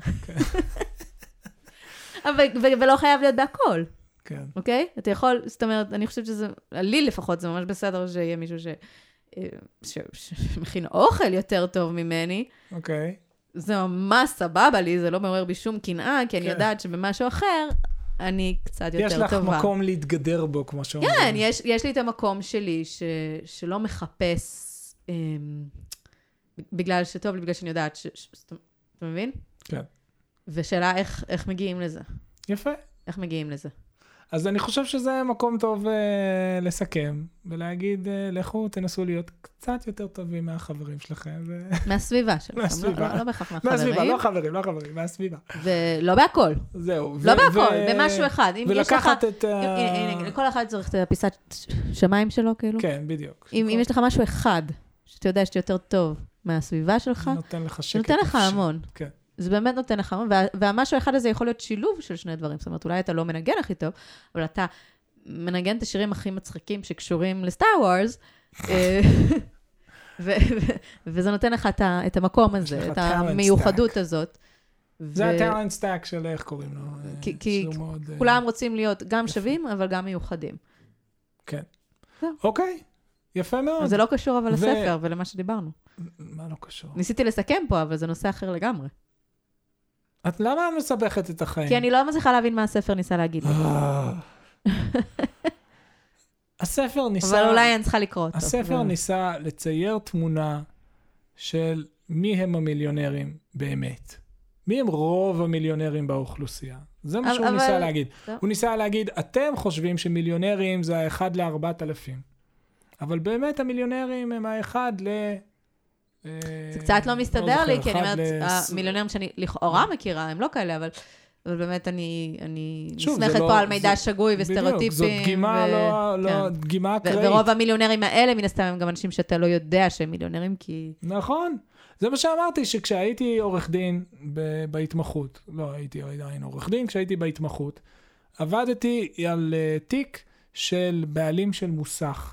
Speaker 2: ולא חייב להיות בהכל.
Speaker 1: כן.
Speaker 2: אוקיי? אתה יכול, זאת אומרת, אני חושבת שזה, לי לפחות, זה ממש בסדר שיהיה מישהו שמכין אוכל יותר טוב ממני.
Speaker 1: אוקיי.
Speaker 2: זה ממש סבבה לי, זה לא מעורר בי שום קנאה, כי אני יודעת שבמשהו אחר, אני קצת יותר טובה.
Speaker 1: יש לך מקום להתגדר בו, כמו שאומרים.
Speaker 2: כן, יש לי את המקום שלי, שלא מחפש, בגלל שטוב לי, בגלל שאני יודעת, אתה מבין?
Speaker 1: כן.
Speaker 2: ושאלה איך מגיעים לזה.
Speaker 1: יפה.
Speaker 2: איך מגיעים לזה?
Speaker 1: אז אני חושב שזה מקום טוב לסכם, ולהגיד, לכו, תנסו להיות קצת יותר טובים מהחברים שלכם.
Speaker 2: מהסביבה שלכם.
Speaker 1: מהסביבה.
Speaker 2: לא בהכרח מהחברים.
Speaker 1: מהסביבה, לא חברים, מהסביבה.
Speaker 2: ולא בהכל.
Speaker 1: זהו.
Speaker 2: לא בהכל, במשהו אחד.
Speaker 1: ולקחת את
Speaker 2: הנה, לכל אחד צריך את הפיסת שמיים שלו, כאילו.
Speaker 1: כן, בדיוק.
Speaker 2: אם יש לך משהו אחד, שאתה יודע שאתה יותר טוב מהסביבה שלך,
Speaker 1: נותן לך שקט.
Speaker 2: נותן לך המון.
Speaker 1: כן.
Speaker 2: זה באמת נותן לך המון, והמשהו אחד הזה יכול להיות שילוב של שני דברים. זאת אומרת, אולי אתה לא מנגן הכי טוב, אבל אתה מנגן את השירים הכי מצחיקים שקשורים לסטאר וורס, וזה נותן לך את המקום הזה, את המיוחדות הזאת.
Speaker 1: זה הטלנט סטאק של איך קוראים לו.
Speaker 2: כי כולם רוצים להיות גם שווים, אבל גם מיוחדים.
Speaker 1: כן. אוקיי, יפה מאוד.
Speaker 2: זה לא קשור אבל לספר ולמה שדיברנו.
Speaker 1: מה לא קשור?
Speaker 2: ניסיתי לסכם פה, אבל זה נושא אחר לגמרי.
Speaker 1: למה את מסבכת את החיים?
Speaker 2: כי אני לא מצליחה להבין מה הספר ניסה להגיד.
Speaker 1: הספר ניסה...
Speaker 2: אבל אולי אני צריכה לקרוא אותו.
Speaker 1: הספר ניסה לצייר תמונה של מי הם המיליונרים באמת. מי הם רוב המיליונרים באוכלוסייה. זה מה שהוא ניסה להגיד. הוא ניסה להגיד, אתם חושבים שמיליונרים זה האחד ל4,000. אבל באמת המיליונרים הם האחד ל...
Speaker 2: זה קצת לא מסתדר לי, כי אני אומרת, המיליונרים שאני לכאורה מכירה, הם לא כאלה, אבל באמת אני נסמכת פה על מידע שגוי וסטריאוטיפים.
Speaker 1: בדיוק, זאת דגימה, דגימה אקראית.
Speaker 2: ורוב המיליונרים האלה, מן הסתם, הם גם אנשים שאתה לא יודע שהם מיליונרים, כי...
Speaker 1: נכון. זה מה שאמרתי, שכשהייתי עורך דין בהתמחות, לא הייתי עדיין עורך דין, כשהייתי בהתמחות, עבדתי על תיק של בעלים של מוסך.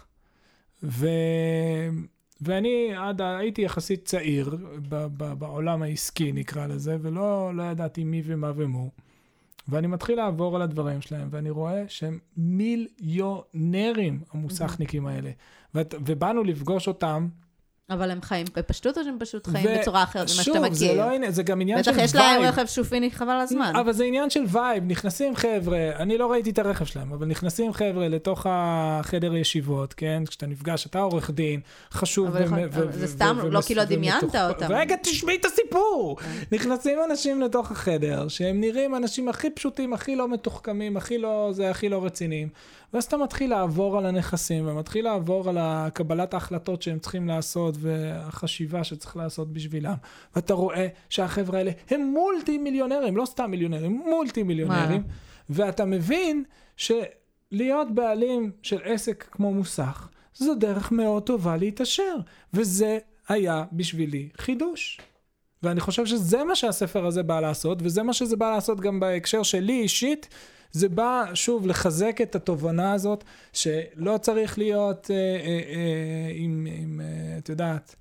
Speaker 1: ואני הייתי יחסית צעיר בעולם העסקי נקרא לזה, ולא ידעתי מי ומה ומו. ואני מתחיל לעבור על הדברים שלהם, ואני רואה שהם מיליונרים המוסכניקים האלה. ובאנו לפגוש אותם.
Speaker 2: אבל הם חיים בפשטות או שהם פשוט חיים בצורה אחרת ממה שאתה מכיר?
Speaker 1: שוב, זה גם עניין של וייב.
Speaker 2: בטח יש להם רכב שופיני חבל הזמן.
Speaker 1: אבל זה עניין של וייב, נכנסים חבר'ה, אני לא ראיתי את הרכב שלהם, אבל נכנסים חבר'ה לתוך החדר ישיבות, כן? כשאתה נפגש, אתה עורך דין, חשוב
Speaker 2: זה סתם, לא כי לא דמיינת אותם.
Speaker 1: רגע, תשמעי את הסיפור! נכנסים אנשים לתוך החדר, שהם נראים אנשים הכי פשוטים, הכי לא מתוחכמים, הכי לא רציניים. ואז אתה מתחיל לעבור על הנכסים, ומתחיל לעבור על קבלת ההחלטות שהם צריכים לעשות, והחשיבה שצריך לעשות בשבילם. ואתה רואה שהחבר'ה האלה הם מולטי מיליונרים, לא סתם מיליונרים, מולטי מיליונרים. ואתה מבין שלהיות בעלים של עסק כמו מוסך, זו דרך מאוד טובה להתעשר. וזה היה בשבילי חידוש. ואני חושב שזה מה שהספר הזה בא לעשות, וזה מה שזה בא לעשות גם בהקשר שלי אישית, זה בא שוב לחזק את התובנה הזאת, שלא צריך להיות עם את יודעת,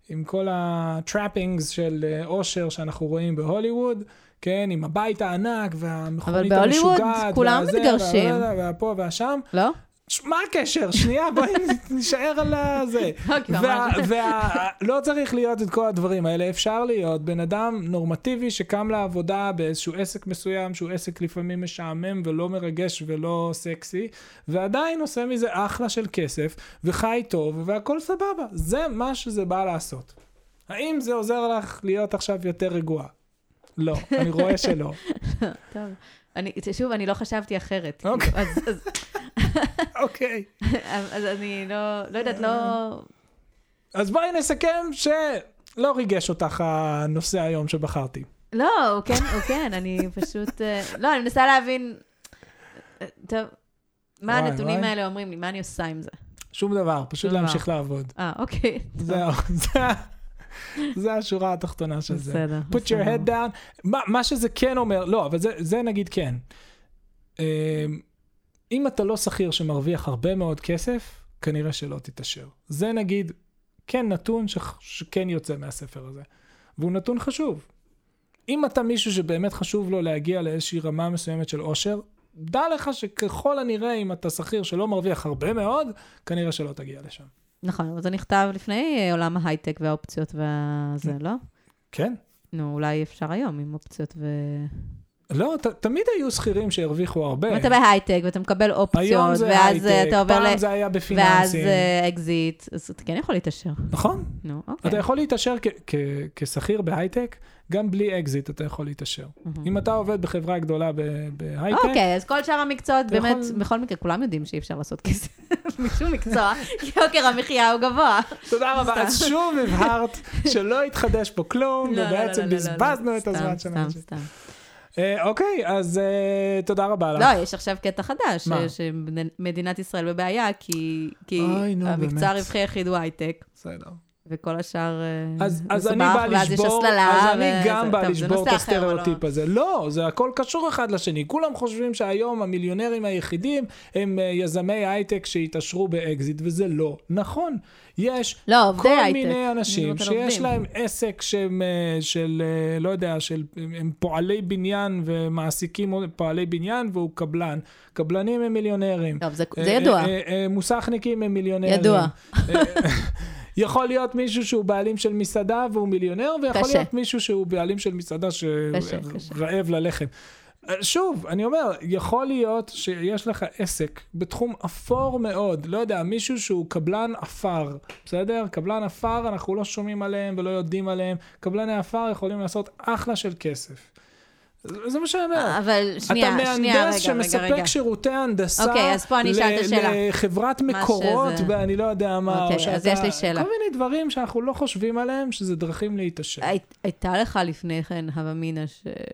Speaker 1: עם כל הטראפינגס של אושר שאנחנו רואים בהוליווד, כן, עם הבית הענק והמכונית המשוגעת.
Speaker 2: אבל בהוליווד כולם מתגרשים.
Speaker 1: והפה והשם.
Speaker 2: לא?
Speaker 1: מה הקשר? שנייה, בואי נשאר על זה. לא צריך להיות את כל הדברים האלה, אפשר להיות בן אדם נורמטיבי שקם לעבודה באיזשהו עסק מסוים, שהוא עסק לפעמים משעמם ולא מרגש ולא סקסי, ועדיין עושה מזה אחלה של כסף, וחי טוב, והכל סבבה. זה מה שזה בא לעשות. האם זה עוזר לך להיות עכשיו יותר רגועה? לא, אני רואה שלא.
Speaker 2: טוב. שוב, אני לא חשבתי אחרת.
Speaker 1: אוקיי. אוקיי.
Speaker 2: אז אני לא יודעת, לא...
Speaker 1: אז בואי נסכם שלא ריגש אותך הנושא היום שבחרתי.
Speaker 2: לא, הוא כן, אני פשוט... לא, אני מנסה להבין... טוב, מה הנתונים האלה אומרים לי? מה אני עושה עם זה?
Speaker 1: שום דבר, פשוט להמשיך לעבוד.
Speaker 2: אוקיי.
Speaker 1: זהו, זה השורה התחתונה של זה.
Speaker 2: בסדר.
Speaker 1: Put your head down. מה שזה כן אומר, לא, אבל זה נגיד כן. אם אתה לא שכיר שמרוויח הרבה מאוד כסף, כנראה שלא תתאשר. זה נגיד, כן נתון שכן יוצא מהספר הזה. והוא נתון חשוב. אם אתה מישהו שבאמת חשוב לו להגיע לאיזושהי רמה מסוימת של עושר, דע לך שככל הנראה אם אתה שכיר שלא מרוויח הרבה מאוד, כנראה שלא תגיע לשם.
Speaker 2: נכון, אבל זה נכתב לפני עולם ההייטק והאופציות והזה, לא?
Speaker 1: כן.
Speaker 2: נו, אולי אפשר היום עם אופציות
Speaker 1: לא, תמיד היו שכירים שהרוויחו הרבה.
Speaker 2: אם אתה בהייטק ואתה מקבל אופציות,
Speaker 1: היום זה הייטק, פעם זה היה בפיננסים.
Speaker 2: ואז אקזיט, אז אתה כן יכול להתאשר.
Speaker 1: נכון.
Speaker 2: נו, אוקיי.
Speaker 1: אתה יכול להתאשר כשכיר בהייטק, גם בלי אקזיט אתה יכול להתאשר. אם אתה עובד בחברה גדולה בהייטק...
Speaker 2: אוקיי, אז כל שאר המקצועות, באמת, בכל מקרה, כולם יודעים שאי אפשר לעשות כסף משום מקצוע, כי יוקר המחיה הוא גבוה.
Speaker 1: תודה רבה. אז שוב הבהרת שלא התחדש פה כלום, ובעצם בזבזנו את הזמן שלנו.
Speaker 2: סתם.
Speaker 1: אוקיי, אז תודה רבה לך.
Speaker 2: לא, יש עכשיו קטע חדש, שמדינת ישראל בבעיה, כי המקצוע הרווחי היחיד הוא הייטק.
Speaker 1: בסדר.
Speaker 2: וכל השאר
Speaker 1: אז אני בא לשבור, אז אני גם בא לשבור את הסטריאוטיפ הזה. לא, זה הכל קשור אחד לשני. כולם חושבים שהיום המיליונרים היחידים הם יזמי הייטק שהתעשרו באקזיט, וזה לא נכון. יש כל מיני אנשים שיש להם עסק של, לא יודע, הם פועלי בניין ומעסיקים פועלי בניין והוא קבלן. קבלנים הם מיליונרים.
Speaker 2: טוב, זה ידוע.
Speaker 1: מוסכניקים הם מיליונרים.
Speaker 2: ידוע.
Speaker 1: יכול להיות מישהו שהוא בעלים של מסעדה והוא מיליונר, ויכול להיות מישהו שהוא בעלים של מסעדה שרעב ללחם. שוב, אני אומר, יכול להיות שיש לך עסק בתחום אפור מאוד, לא יודע, מישהו שהוא קבלן אפר, בסדר? קבלן אפר, אנחנו לא שומעים עליהם ולא יודעים עליהם, קבלני אפר יכולים לעשות אחלה של כסף. זה מה שאני אומר.
Speaker 2: אבל שנייה,
Speaker 1: אתה מהנדס שמספק שירותי הנדסה לחברת מקורות, ואני לא יודע מה.
Speaker 2: אוקיי, אז יש לי שאלה.
Speaker 1: כל מיני דברים שאנחנו לא חושבים עליהם, שזה דרכים להתעשר.
Speaker 2: הייתה לך לפני כן הוומינה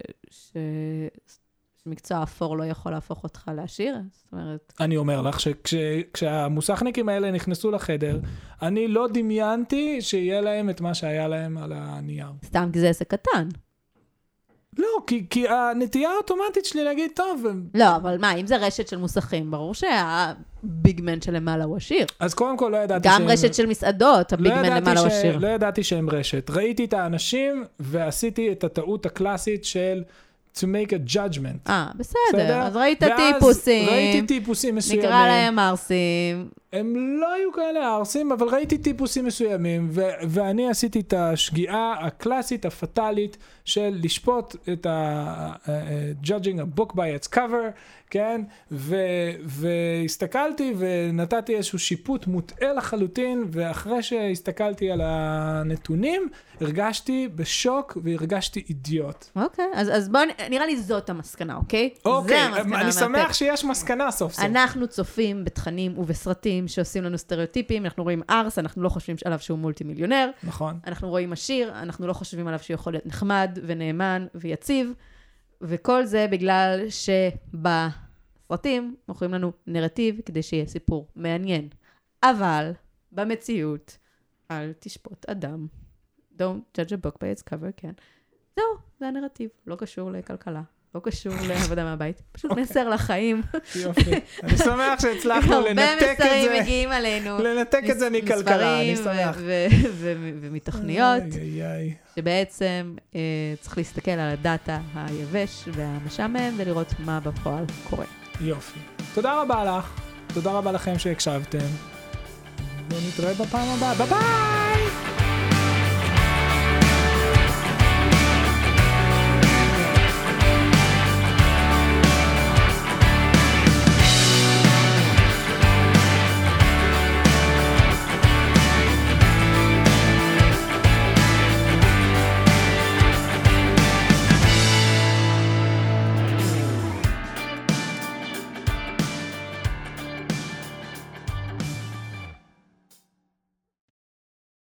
Speaker 2: שמקצוע אפור לא יכול להפוך אותך לעשיר? זאת אומרת...
Speaker 1: אני אומר לך שכשהמוסכניקים האלה נכנסו לחדר, אני לא דמיינתי שיהיה להם את מה שהיה להם על הנייר.
Speaker 2: סתם כי זה עסק קטן.
Speaker 1: לא, כי הנטייה האוטומטית שלי להגיד, טוב...
Speaker 2: לא, אבל מה, אם זה רשת של מוסכים, ברור שהביגמן שלמעלה הוא עשיר.
Speaker 1: אז קודם כל לא ידעתי שהם...
Speaker 2: גם רשת של מסעדות, הביגמן למעלה הוא עשיר.
Speaker 1: לא ידעתי שהם רשת. ראיתי את האנשים, ועשיתי את הטעות הקלאסית של to make a judgment.
Speaker 2: בסדר. אז ראית טיפוסים.
Speaker 1: ראיתי טיפוסים מסוימים.
Speaker 2: נקרא להם ארסים.
Speaker 1: הם לא היו כאלה ארסים, אבל ראיתי טיפוסים מסוימים, ואני עשיתי את השגיאה הקלאסית, הפטלית, של לשפוט את judging a book by its cover, כן? והסתכלתי ונתתי איזשהו שיפוט מוטעה לחלוטין, ואחרי שהסתכלתי על הנתונים, הרגשתי בשוק והרגשתי אידיוט.
Speaker 2: אוקיי, אז בואו, נראה לי זאת המסקנה, אוקיי?
Speaker 1: אוקיי, אני שמח שיש מסקנה סוף סוף.
Speaker 2: אנחנו צופים בתכנים ובסרטים שעושים לנו סטריאוטיפים, אנחנו רואים ארס, אנחנו לא חושבים עליו שהוא מולטי מיליונר.
Speaker 1: נכון.
Speaker 2: אנחנו רואים עשיר, אנחנו לא חושבים עליו שהוא יכול להיות נחמד ונאמן ויציב, וכל זה בגלל שבסרטים מוכרים לנו נרטיב כדי שיהיה סיפור מעניין. אבל במציאות, אל תשפוט אדם. Don't judge a book by its cover, כן. זהו, זה הנרטיב. לא קשור לכלכלה, לא קשור לעבודה מהבית, פשוט מסר לחיים.
Speaker 1: יופי. אני שמח שהצלחנו לנתק את זה.
Speaker 2: הרבה מסרים מגיעים עלינו.
Speaker 1: לנתק את זה מכלכלה, אני שמח.
Speaker 2: ומתוכניות, שבעצם צריך להסתכל על הדאטה היבש והמשעמם, ולראות מה בפועל קורה.
Speaker 1: יופי. תודה רבה לך. תודה רבה לכם שהקשבתם. ונתראה בפעם הבאה. ביי ביי!